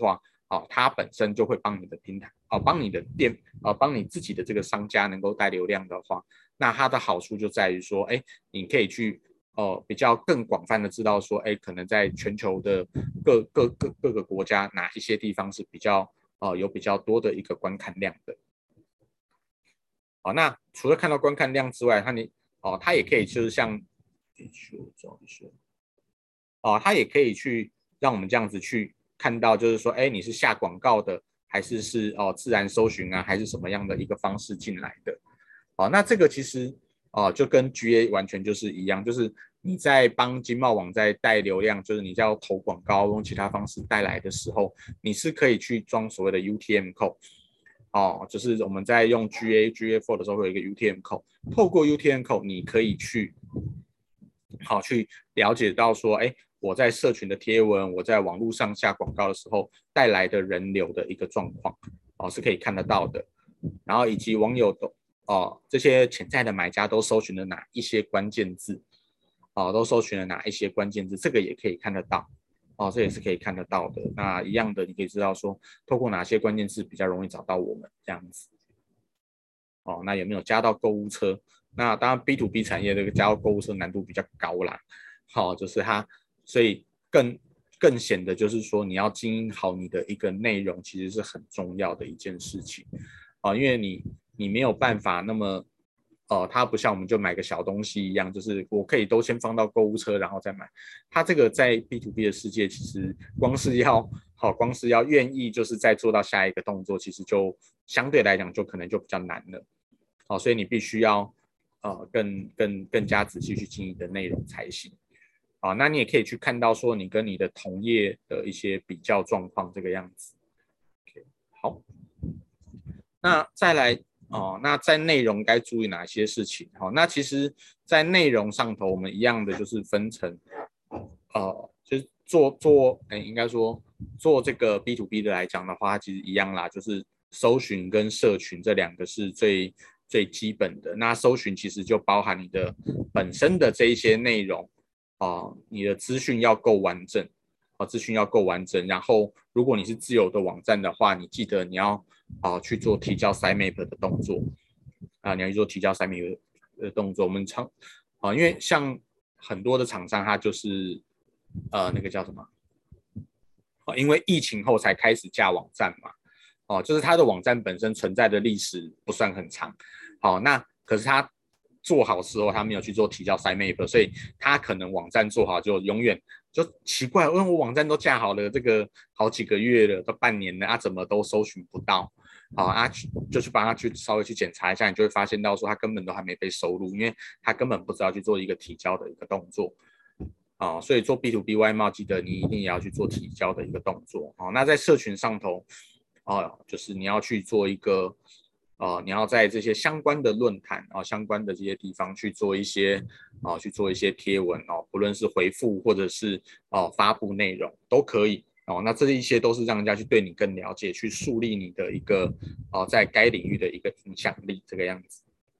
它本身就会帮你的平台帮你的店帮你自己的这个商家能够带流量的话，那它的好处就在于说，你可以去比较更广泛的知道说，可能在全球的各个国家哪一些地方是比较有比较多的一个观看量的。那除了看到观看量之外，它也可以就是像它也可以去让我们这样子去看到，就是说，你是下广告的，还是自然搜寻啊，还是什么样的一个方式进来的？那这个其实就跟 GA 完全就是一样，就是你在帮经贸网在带流量，就是你要投广告用其他方式带来的时候，你是可以去装所谓的 UTM code。就是我们在用 GA4 的时候会有一个 UTM code， 透过 UTM code 你可以去了解到说，我在社群的贴文，我在网络上下广告的时候带来的人流的一个状况，是可以看得到的。然后以及网友这些潜在的买家都搜寻了哪一些关键字，都搜寻了哪一些关键字，这个也可以看得到。这也是可以看得到的。那一样的，你可以知道说，透过哪些关键字比较容易找到我们这样子。那有没有加到购物车？那当然 B to B 产业这个加到购物车难度比较高啦。就是所以更显得就是说，你要经营好你的一个内容，其实是很重要的一件事情。因为你没有办法那么。它不像我们就买个小东西一样，就是我可以都先放到购物车然后再买。它这个在 B to B 的世界，其实光是要愿意就是再做到下一个动作，其实就相对来讲就可能就比较难了。所以你必须要更加仔细去经营的内容才行。那你也可以去看到说你跟你的同业的一些比较状况这个样子。好，那再来。那在内容该注意哪些事情？那其实，在内容上头，我们一样的就是分成，就是应该说做这个 B to B 的来讲的话，其实一样啦，就是搜寻跟社群这两个是最基本的。那搜寻其实就包含你的本身的这一些内容，你的资讯要够完整。资讯要够完整，然后如果你是自有的网站的话，你记得你要去做提交 sitemap 的动作你要去做提交 sitemap 的动作。我们因为像很多的厂商，它就是那个叫什么因为疫情后才开始架网站嘛就是它的网站本身存在的历史不算很长那可是它做好之后，他没有去做提交 sitemap， 所以他可能网站做好就永远就奇怪，因为我网站都架好了，这个好几个月了，都半年了怎么都搜寻不到就去帮他去稍微去检查一下，你就会发现到说他根本都还没被收录，因为他根本不知道去做一个提交的一个动作所以做 B to B 外贸，记得你一定也要去做提交的一个动作那在社群上头就是你要去做一个你要在这些相关的论坛相关的这些地方去做一些贴文不论是回复或者是发布内容都可以那这一些都是让人家去对你更了解，去树立你的一个在该领域的一个影响力这个样子。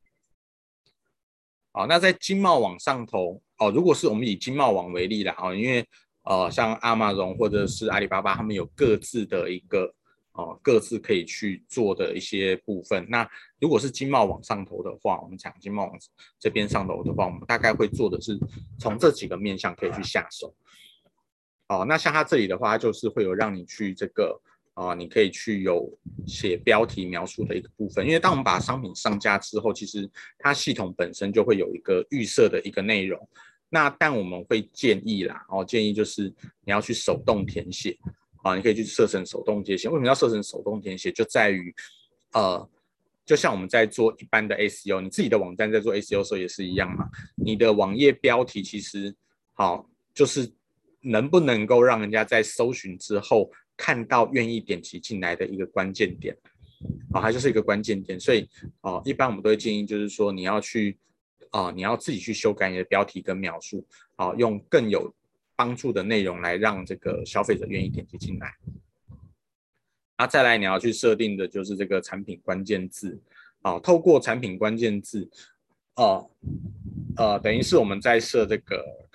那在经贸网上头如果是我们以经贸网为例啦因为像Amazon或者是阿里巴巴，他们有各自的一个各自可以去做的一些部分。那如果是经贸网上头的话，我们讲经贸网这边上头的话，我们大概会做的是从这几个面向可以去下手。那像它这里的话，它就是会有让你去这个你可以去有写标题描述的一个部分。因为当我们把商品上架之后，其实它系统本身就会有一个预设的一个内容。但我们会建议啦建议就是你要去手动填写你可以去设成手动填写。为什么要设成手动填写？就在于就像我们在做一般的 SEO， 你自己的网站在做 SEO 的时候也是一样嘛。你的网页标题其实就是能不能够让人家在搜寻之后看到愿意点击进来的一个关键点它就是一个关键点。所以一般我们都会建议就是说你要自己去修改你的标题跟描述用更有帮助的内容来让这个消费者愿意点击进来。再来你要去设定的就是这个产品关键字透过产品关键字等于是我们在设这个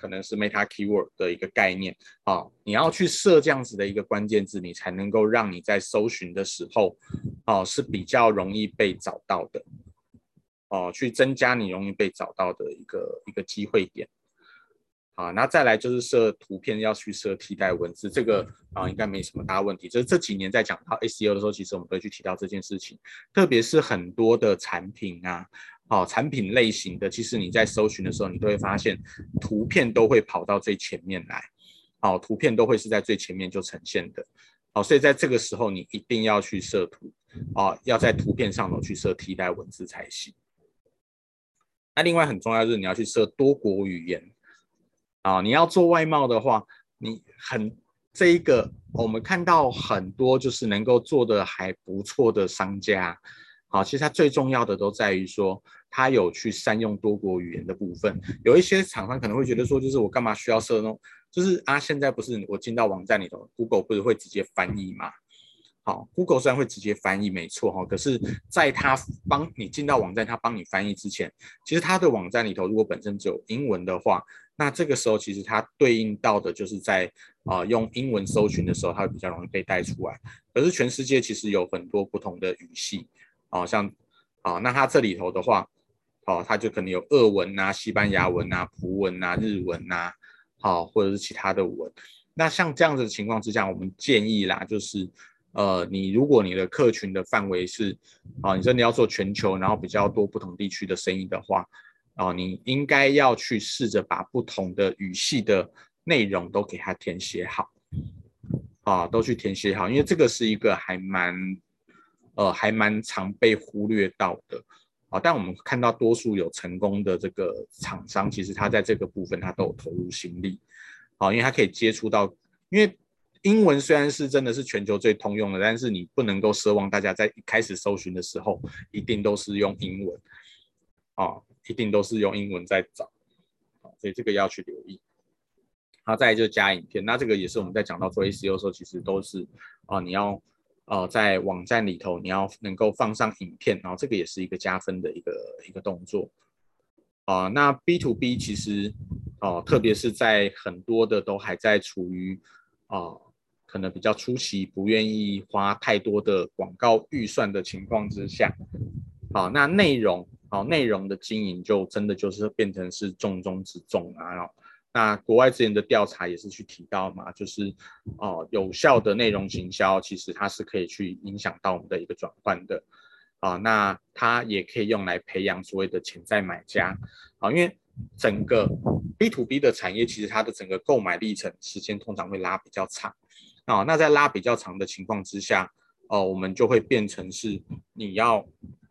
可能是 Meta Keyword 的一个概念你要去设这样子的一个关键字，你才能够让你在搜寻的时候是比较容易被找到的去增加你容易被找到的一个机会点。那再来就是设图片要去设替代文字，这个应该没什么大问题。这几年在讲到 SEO 的时候，其实我们都会去提到这件事情，特别是很多的产品产品类型的，其实你在搜寻的时候，你都会发现图片都会跑到最前面来，图片都会是在最前面就呈现的，所以在这个时候你一定要去设图要在图片上头去设替代文字才行。那另外很重要就是你要去设多国语言你要做外贸的话，这一个我们看到很多就是能够做的还不错的商家其实它最重要的都在于说它有去善用多国语言的部分。有一些厂商可能会觉得说，就是我干嘛需要设那种，就是现在不是我进到网站里头 Google 不是会直接翻译吗？Google 虽然会直接翻译没错可是在它帮你进到网站，它帮你翻译之前，其实它的网站里头如果本身只有英文的话，那这个时候其实它对应到的就是在用英文搜寻的时候，它会比较容易被带出来。可是全世界其实有很多不同的语系像那它这里头的话它就可能有俄文西班牙文葡文日文或者是其他的文。那像这样子的情况之下，我们建议啦，就是如果你的客群的范围是你真的要做全球，然后比较多不同地区的生意的话你应该要去试着把不同的语系的内容都给它填写好都去填写好，因为这个是一个还蛮常被忽略到的但我们看到多数有成功的这个厂商，其实他在这个部分他都有投入心力因为他可以接触到，因为英文虽然是真的是全球最通用的，但是你不能够奢望大家在一开始搜寻的时候一定都是用英文一定都是用英文在找所以这个要去留意。再来就加影片，那这个也是我们在讲到做 SEO 的时候，其实都是你要在网站里头你要能够放上影片，然后这个也是一个加分的一个动作那 B to B 其实特别是在很多的都还在处于可能比较初期，不愿意花太多的广告预算的情况之下那内容的经营就真的就是变成是重中之重那国外之前的调查也是去提到嘛，就是有效的内容行销其实它是可以去影响到我们的一个转换的那它也可以用来培养所谓的潜在买家因为整个 B to B 的产业其实它的整个购买历程时间通常会拉比较长那在拉比较长的情况之下我们就会变成是你要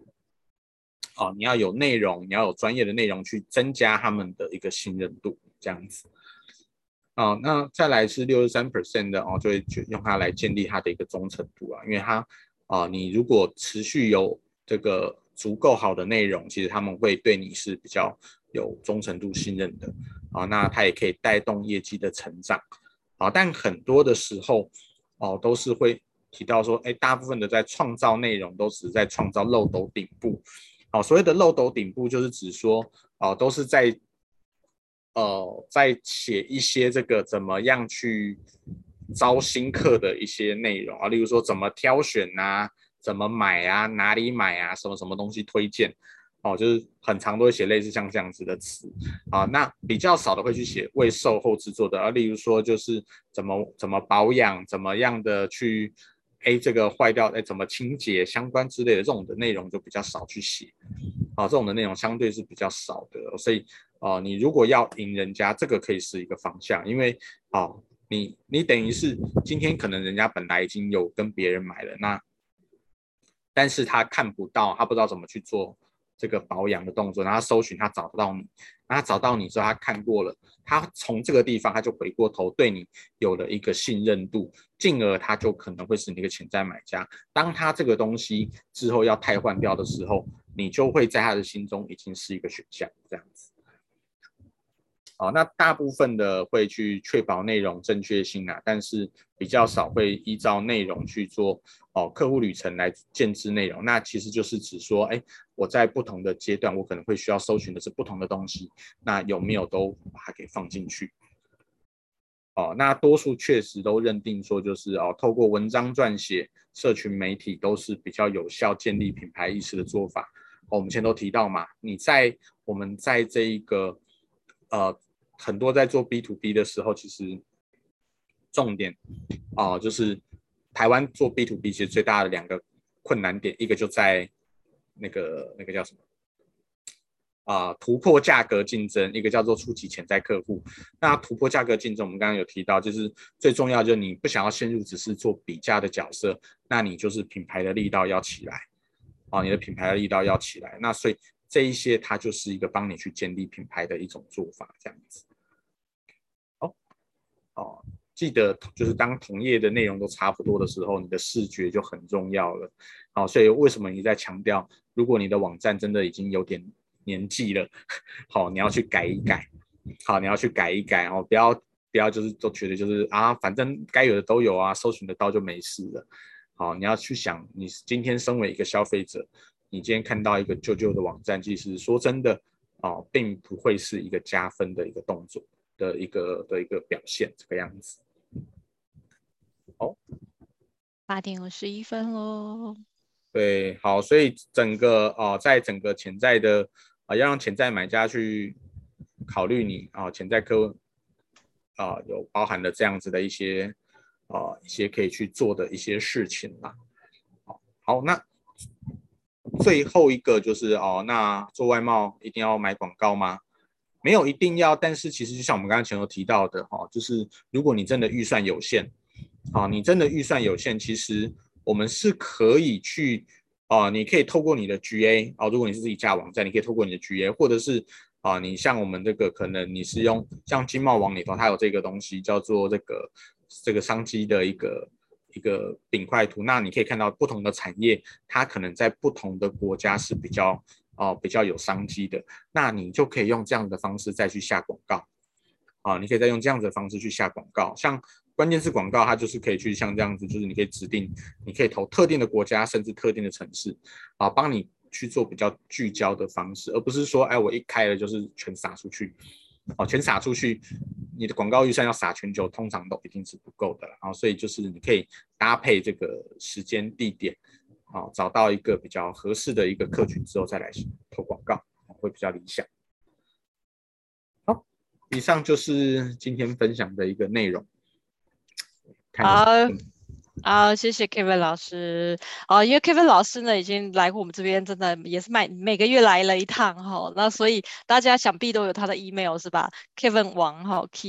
有内容，你要有专业的内容去增加他们的一个信任度这样子那再来是 63% 的就会用它来建立它的一个忠诚度因为它你如果持续有这个足够好的内容，其实他们会对你是比较有忠诚度信任的那它也可以带动业绩的成长但很多的时候都是会提到说大部分的在创造内容都只是在创造漏斗顶部所谓的漏斗顶部就是指说都是在写一些这个怎么样去招新客的一些内容例如说怎么挑选怎么买哪里买什么什么东西推荐就是很常都会写类似像这样子的词那比较少的会去写为售后制作的例如说就是怎么保养，怎么样的去这个坏掉怎么清洁相关之类的这种的内容就比较少去写这种的内容相对是比较少的所以你如果要赢人家，这个可以是一个方向，因为你等于是今天可能人家本来已经有跟别人买了但是他看不到，他不知道怎么去做这个保养的动作，然后他搜寻他找到你，他找到你之后他看过了，他从这个地方他就回过头对你有了一个信任度，进而他就可能会是你一个潜在买家。当他这个东西之后要汰换掉的时候，你就会在他的心中已经是一个选项这样子那大部分的会去确保内容正确性但是比较少会依照内容去做客户旅程来建置内容。那其实就是指说，我在不同的阶段，我可能会需要搜寻的是不同的东西，那有没有都把它给放进去？那多数确实都认定说，就是透过文章撰写、社群媒体都是比较有效建立品牌意识的做法。我们前都提到嘛，我们在这一个很多在做 B to B 的时候，其实重点就是台湾做 B to B 其实最大的2个困难点，一个就在那个叫什么？突破价格竞争，一个叫做触及潜在客户。那突破价格竞争，我们刚刚有提到，就是最重要就是你不想要陷入只是做比价的角色，那你就是品牌的力道要起来，你的品牌的力道要起来。那所以这一些它就是一个帮你去建立品牌的一种做法，这样子。记得就是当同业的内容都差不多的时候，你的视觉就很重要了。所以为什么你在强调，如果你的网站真的已经有点年纪了，你要去改一改，你要去改一改，不要就是都觉得就是反正该有的都有搜寻得到就没事了。你要去想，你今天身为一个消费者，你今天看到一个旧旧的网站，其实说真的并不会是一个加分的一个动作的一个表现，这个样子。 8:51咯。 对，好，所以在整个潜在的要让潜在买家去考虑你潜在客户有包含了这样子的一些可以去做的一些事情啦。好，那最后一个就是那做外贸一定要买广告吗？没有一定要，但是其实就像我们刚刚前头提到的就是如果你真的预算有限，其实我们是可以去你可以透过你的 GA 如果你是自己架网站，你可以透过你的 GA， 或者是你像我们这个可能你是用像经贸网里头，它有这个东西叫做这个商机的一个饼块图，那你可以看到不同的产业，它可能在不同的国家是比较有商机的，那你就可以用这样的方式再去下广告你可以再用这样的方式去下广告，像关键字广告，它就是可以去像这样子，就是你可以指定，你可以投特定的国家，甚至特定的城市帮你去做比较聚焦的方式，而不是说我一开了就是全撒出去全撒出去，你的广告预算要撒全球，通常都一定是不够的所以就是你可以搭配这个时间地点找到一个比较合适的一个客群之后再来投广告会比较理想。好，以上就是今天分享的一个内容。 好，谢谢 Kevin 老师。因为 Kevin 老师呢已经来过我们这边，真的也是每个月来了一趟那所以大家想必都有他的 email 是吧 ？Kevin 王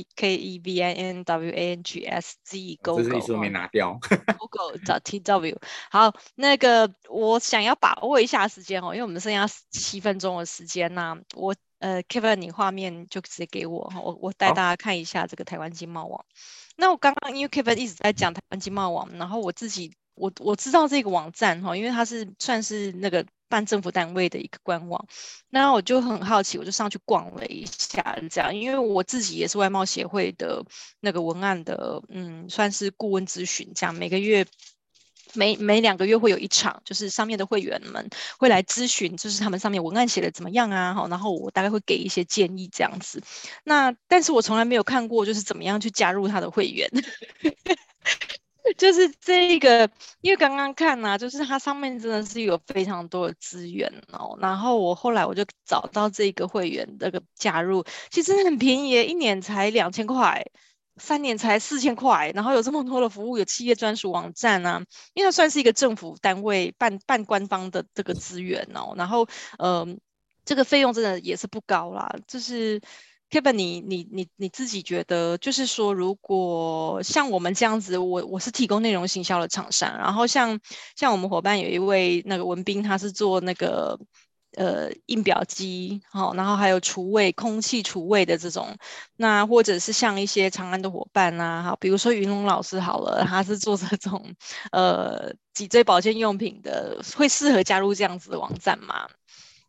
KEVINWANGS Google 这是一直都没拿掉。 Google.tw 好，那个我想要把握一下时间因为我们剩下7分钟的时间Kevin 你画面就直接给我带大家看一下这个台湾经贸网。那我刚刚因为 Kevin 一直在讲台湾经贸网，然后我自己我知道这个网站因为它是算是那个半政府单位的一个官网，那我就很好奇，我就上去逛了一下，这样，因为我自己也是外贸协会的那个文案的，算是顾问咨询，这样每个月。每2个月会有一场，就是上面的会员们会来咨询，就是他们上面文案写的怎么样然后我大概会给一些建议这样子。但是我从来没有看过，就是怎么样去加入他的会员。就是这个，因为刚刚看就是它上面真的是有非常多的资源然后我后来就找到这个会员这个加入，其实很便宜，1年才2000块。3年才4000块，然后有这么多的服务，有企业专属网站因为它算是一个政府单位半官方的这个资源然后这个费用真的也是不高啦，就是 Kevin 你自己觉得，就是说如果像我们这样子，我是提供内容行销的厂商，然后像我们伙伴有一位那个文斌，他是做那个印表机然后还有除味空气除味的这种，那或者是像一些长安的伙伴比如说云龙老师好了，他是做这种脊椎保健用品的，会适合加入这样子的网站吗？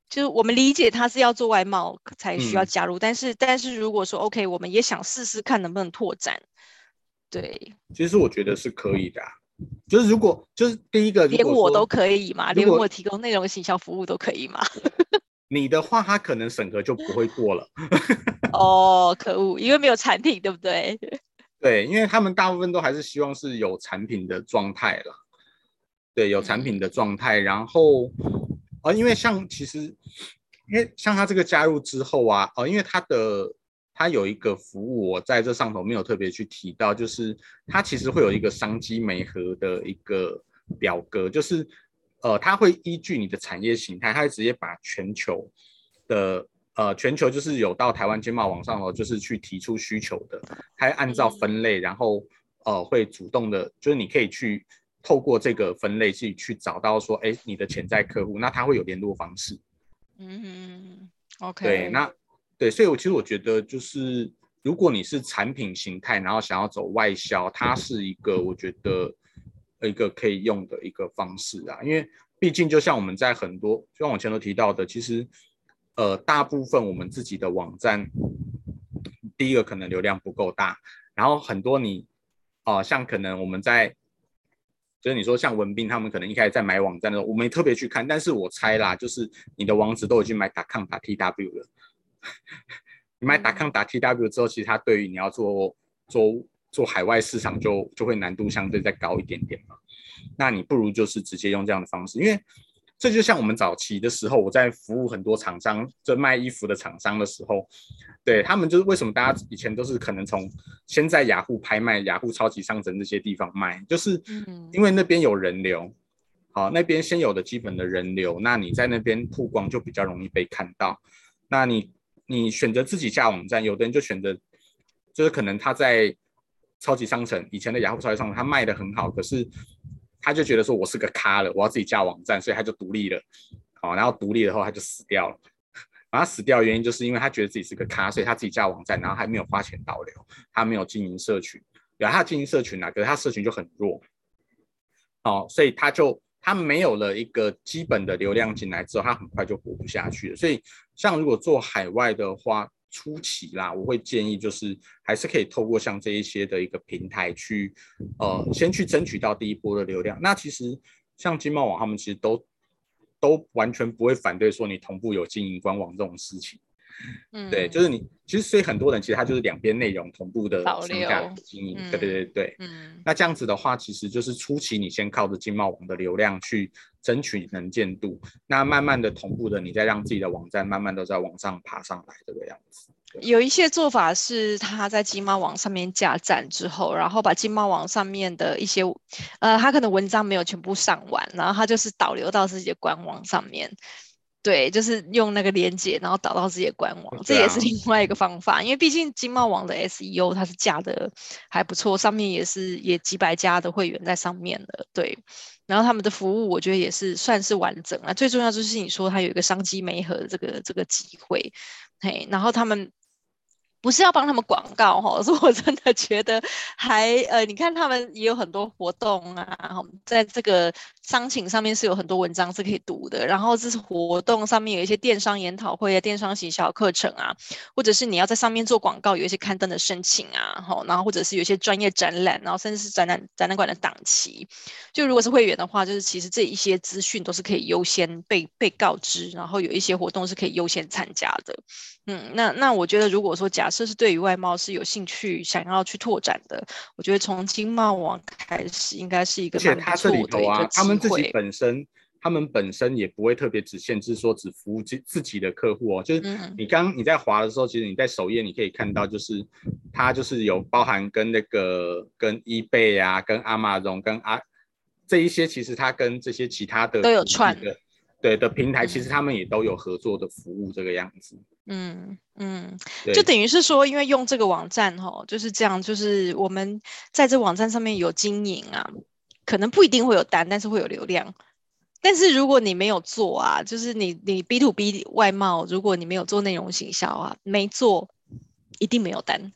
就是我们理解他是要做外贸才需要嗯， 加入，但是如果说 OK，我们也想试试看能不能拓展，对， 其实我觉得是可以的啊。就是如果就是第一个，如连我都果说可以嘛， 如果连我提供内容行销服务都可以嘛。 你的话，他可能审核就不会过了。 哦，可恶，因为没有产品，对不对？ 对，因为他们大部分都还是希望是有产品的状态了。对，有产品的嗯状态，然后因为像其实，因为像他这个加入之后啊，因为他有一个服务，我在这上头没有特别去提到，就是他其实会有一个商机媒合的一个表格，就是他会依据你的产业形态，他会直接把全球的全球就是有到台湾经贸网上头，就是去提出需求的，他会按照分类，然后会主动的，就是你可以去透过这个分类去找到说，哎，你的潜在客户，那他会有联络方式。 嗯对， ，OK， 那对，所以其实我觉得就是，如果你是产品形态，然后想要走外销，它是一个我觉得一个可以用的一个方式啊，因为毕竟就像我们在很多，就像我前头提到的，其实大部分我们自己的网站，第一个可能流量不够大，然后很多你像可能我们在就是你说像文斌他们可能一开始在买网站的时候，我没特别去看，但是我猜啦，就是你的网址都已经买 .com.tw 了，你买嗯 .com.tw 之后，其实它对于你要做海外市场就会难度相对再高一点点嘛。那你不如就是直接用这样的方式，因为这就像我们早期的时候，我在服务很多厂商，就卖衣服的厂商的时候，对他们就是为什么大家以前都是可能先在雅虎拍卖、雅虎超级商城这些地方卖，就是嗯因为那边有人流，好，那边先有的基本的人流，那你在那边曝光就比较容易被看到。那你选择自己架网站，有的人就选择，就是可能他在超级商城以前的雅虎超级商城，他卖的很好，可是他就觉得说我是个咖了，我要自己架网站，所以他就独立了，好，然后独立了后他就死掉了。然后他死掉的原因就是因为他觉得自己是个咖，所以他自己架网站，然后还没有花钱导流，他没有经营社群，有他经营社群啊，可是他社群就很弱，所以他没有了一个基本的流量进来之后，他很快就活不下去了。所以像如果做海外的话，初期啦，我会建议就是还是可以透过像这一些的一个平台去，先去争取到第一波的流量。那其实像经贸网他们其实都完全不会反对说你同步有经营官网这种事情。对，就是嗯， 你其实所以很多人其实他就是两边内容同步的导商家流， 经营，对对嗯对对。 嗯。 那这样子的话，其实就是初期你先靠着经贸网的流量去争取能见度，那慢慢的同步的，你再让自己的网站慢慢的在往上爬上来，这个样子。 有一些做法是他在金猫网上面架站之后，然后把金猫网上面的一些，他可能文章没有全部上完，然后他就是导流到自己的官网上面，对，就是用那个连接，然后导到自己的官网，这也是对啊， 另外一个方法，因为毕竟金猫网的 SEO 它是架的还不错，上面也几百家的会员在上面的，对。然后他们的服务，我觉得也是算是完整啊。最重要就是你说它有一个商机媒合的这个机会，嘿，然后他们不是要帮他们广告哈，是我真的觉得你看他们也有很多活动啊，在这个商情上面是有很多文章是可以读的，然后这是活动上面有一些电商研讨会啊、电商行销课程啊，或者是你要在上面做广告，有一些刊登的申请啊，然后或者是有一些专业展览，然后甚至是展览馆的档期，就如果是会员的话，就是其实这一些资讯都是可以优先被告知，然后有一些活动是可以优先参加的。那我觉得，如果说假设是对于外贸是有兴趣想要去拓展的，我觉得从经贸网开始应该是一个蛮不而且他这里错的一个头啊，他们自己机会。 本身也不会特别只限制说只服务自己的客户哦，就是嗯， 你在滑的时候，其实你在首页你可以看到，就是它就是有包含跟 eBay 啊、跟 Amazon、这一些，其实它跟这些其他的都有国际串。 的的平台，其实嗯他们也都有合作的服务这个样子。 就对， 等于是说，因为用这个网站就是这样，就是我们在这网站上面有经营啊，可能不一定会有单，但是会有流量。但是如果你没有做啊，就是你 B to B 外贸，如果你没有做内容行销啊，没做一定没有单，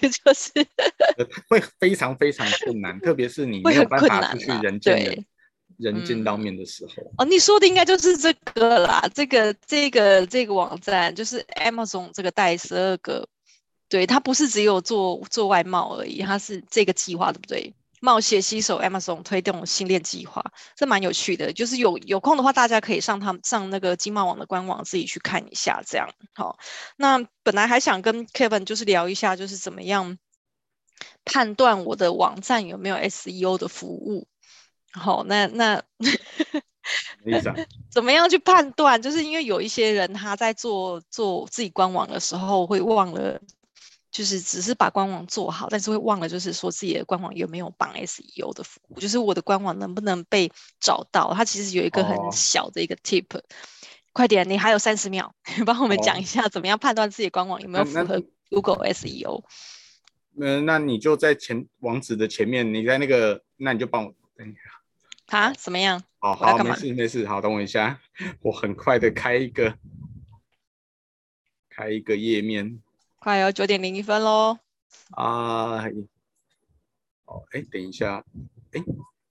就是会非常非常困难，特别是你没会很有办法出去困难呐、 人见人， 对， 人见到面的时候。 哦，你说的应该就是这个啦，这个网站就是 Amazon 这个带12个，对，它不是只有做外贸而已，它是这个计划，对不对？冒险携手 Amazon 推动新链计划，这蛮有趣的。就是有空的话，大家可以上那个经贸网的官网自己去看一下，这样。好，那本来还想跟 Kevin 就是聊一下，就是怎么样判断我的网站有没有 SEO 的服务。好，那意思啊？ 怎么样去判断？就是因为有一些人他在做自己官网的时候会忘了，就是只是把官网做好，但是会忘了就是说自己的官网有没有绑 SEO 的服务，就是我的官网能不能被找到？它其实有一个很哦小的一个 tip，快点，你还有30秒，帮我们讲一哦， 下怎么样判断自己的官网有没有符合那 Google SEO 那你就在网址的前面，你在那个，那你就帮我等一下。 啊？怎么样？ 好好，没我要干嘛？ 事没事，好，等我一下，我很快的开一个页面快有9:01喽！ 啊。哦，哎，等一下，哎，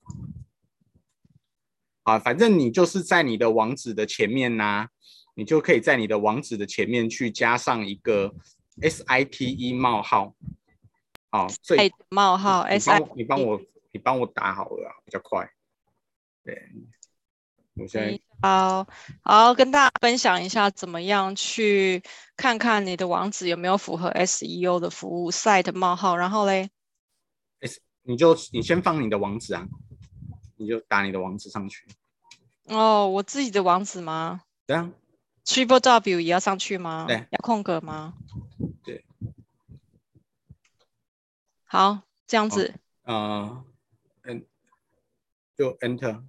啊，反正你就是在你的网址的前面呐、你就可以在你的网址的前面去加上一个 SITE 冒号，好， 哎，冒号你 S 帮 I 我你帮我你帮我打好了啊，比较快。对，我现在好，好，跟大家分享一下怎么样去看看你的网址有没有符合 SEO 的服务 site 冒号，然后嘞， 你先放你的网址啊，你就打你的网址上去， 哦，我自己的网址吗这样 ？Triple W 也要上去吗？ 对要空格吗？ 对， 好，这样好， 子， 嗯，就 Enter。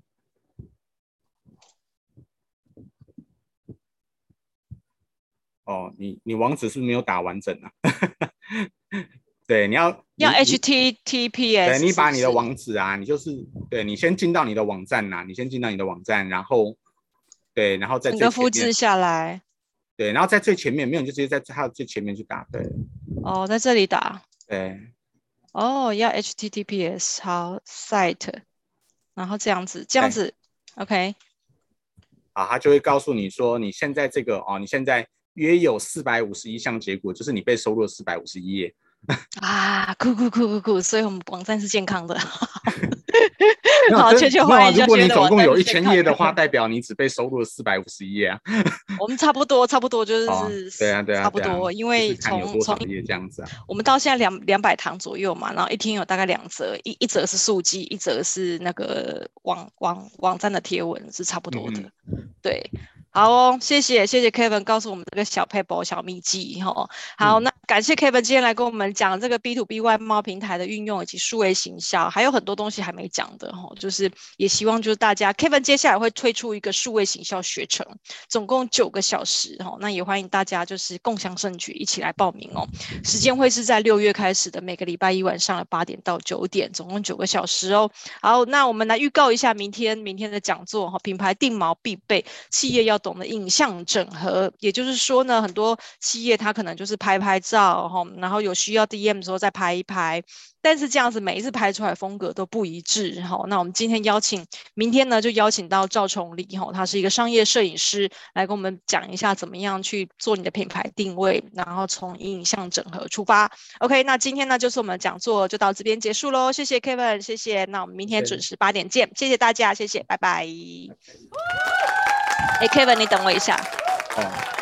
哦，你网址是没有打完整啊？对，你要要你对 HTTPS 你把你的是不是？ 网址啊，你就是对你先进到你的网站呐、你先进到你的网站，然后对，然后在整最前面， 个复制下来， 对，然后在最前面没有你就直接在它的最前面去打，对哦，在这里打， 对哦，要 HTTPS，好，site，然后这样对， 子，OK。 啊，它就会告诉你说你现在这个哦，你现在约有451项结果，就是你被收录了451页。 啊，酷酷酷酷酷！所以我们网站是健康的。 没有， 好， 这没有啊。 确切怀疑一下， 如果你学员的网总共有一站是健康千页的话， 的。 代表你只被收录了451页啊。 我们差不多就哦， 是对啊，对啊，对啊， 差不多，因就是为看你有多少页这样子啊。 我们到现在200堂左右嘛，然后一天有大概2则，一则是速记，一则是那个网站的贴文，是差不多的。 嗯嗯对，好哦，谢谢 Kevin 告诉我们这个小 paper 小秘籍哈、哦。好， 嗯， 那感谢 Kevin 今天来跟我们讲这个 B to B 外贸平台的运用以及数位行销，还有很多东西还没讲的哈、哦，就是也希望就是大家 Kevin 接下来会推出一个数位行销学程，总共9个小时哈、哦，那也欢迎大家就是共襄盛举，一起来报名哦。时间会是在6月开始的，每个礼拜一晚上的8点到9点，总共9个小时哦。好，那我们来预告一下明天的讲座哈，品牌定锚必备，企业要懂得影像整合。也就是说呢，很多企业它可能就是拍拍照哈，然后有需要 DM 的时候再拍一拍，但是这样子每一次拍出来风格都不一致哈。那我们今天明天呢就邀请到赵崇礼哈，他是一个商业摄影师，来跟我们讲一下怎么样去做你的品牌定位，然后从影像整合出发。OK，那今天呢就是我们的讲座就到这边结束喽，谢谢 Kevin，谢谢。那我们明谢谢。 天准时8点见，谢谢大家，谢谢，拜拜。 OK， 哎，Kevin，你等我一下。 哦，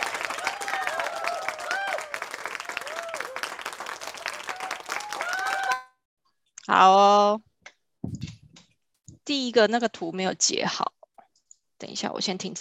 好哦，第一个那个图没有截好，等一下我先停止。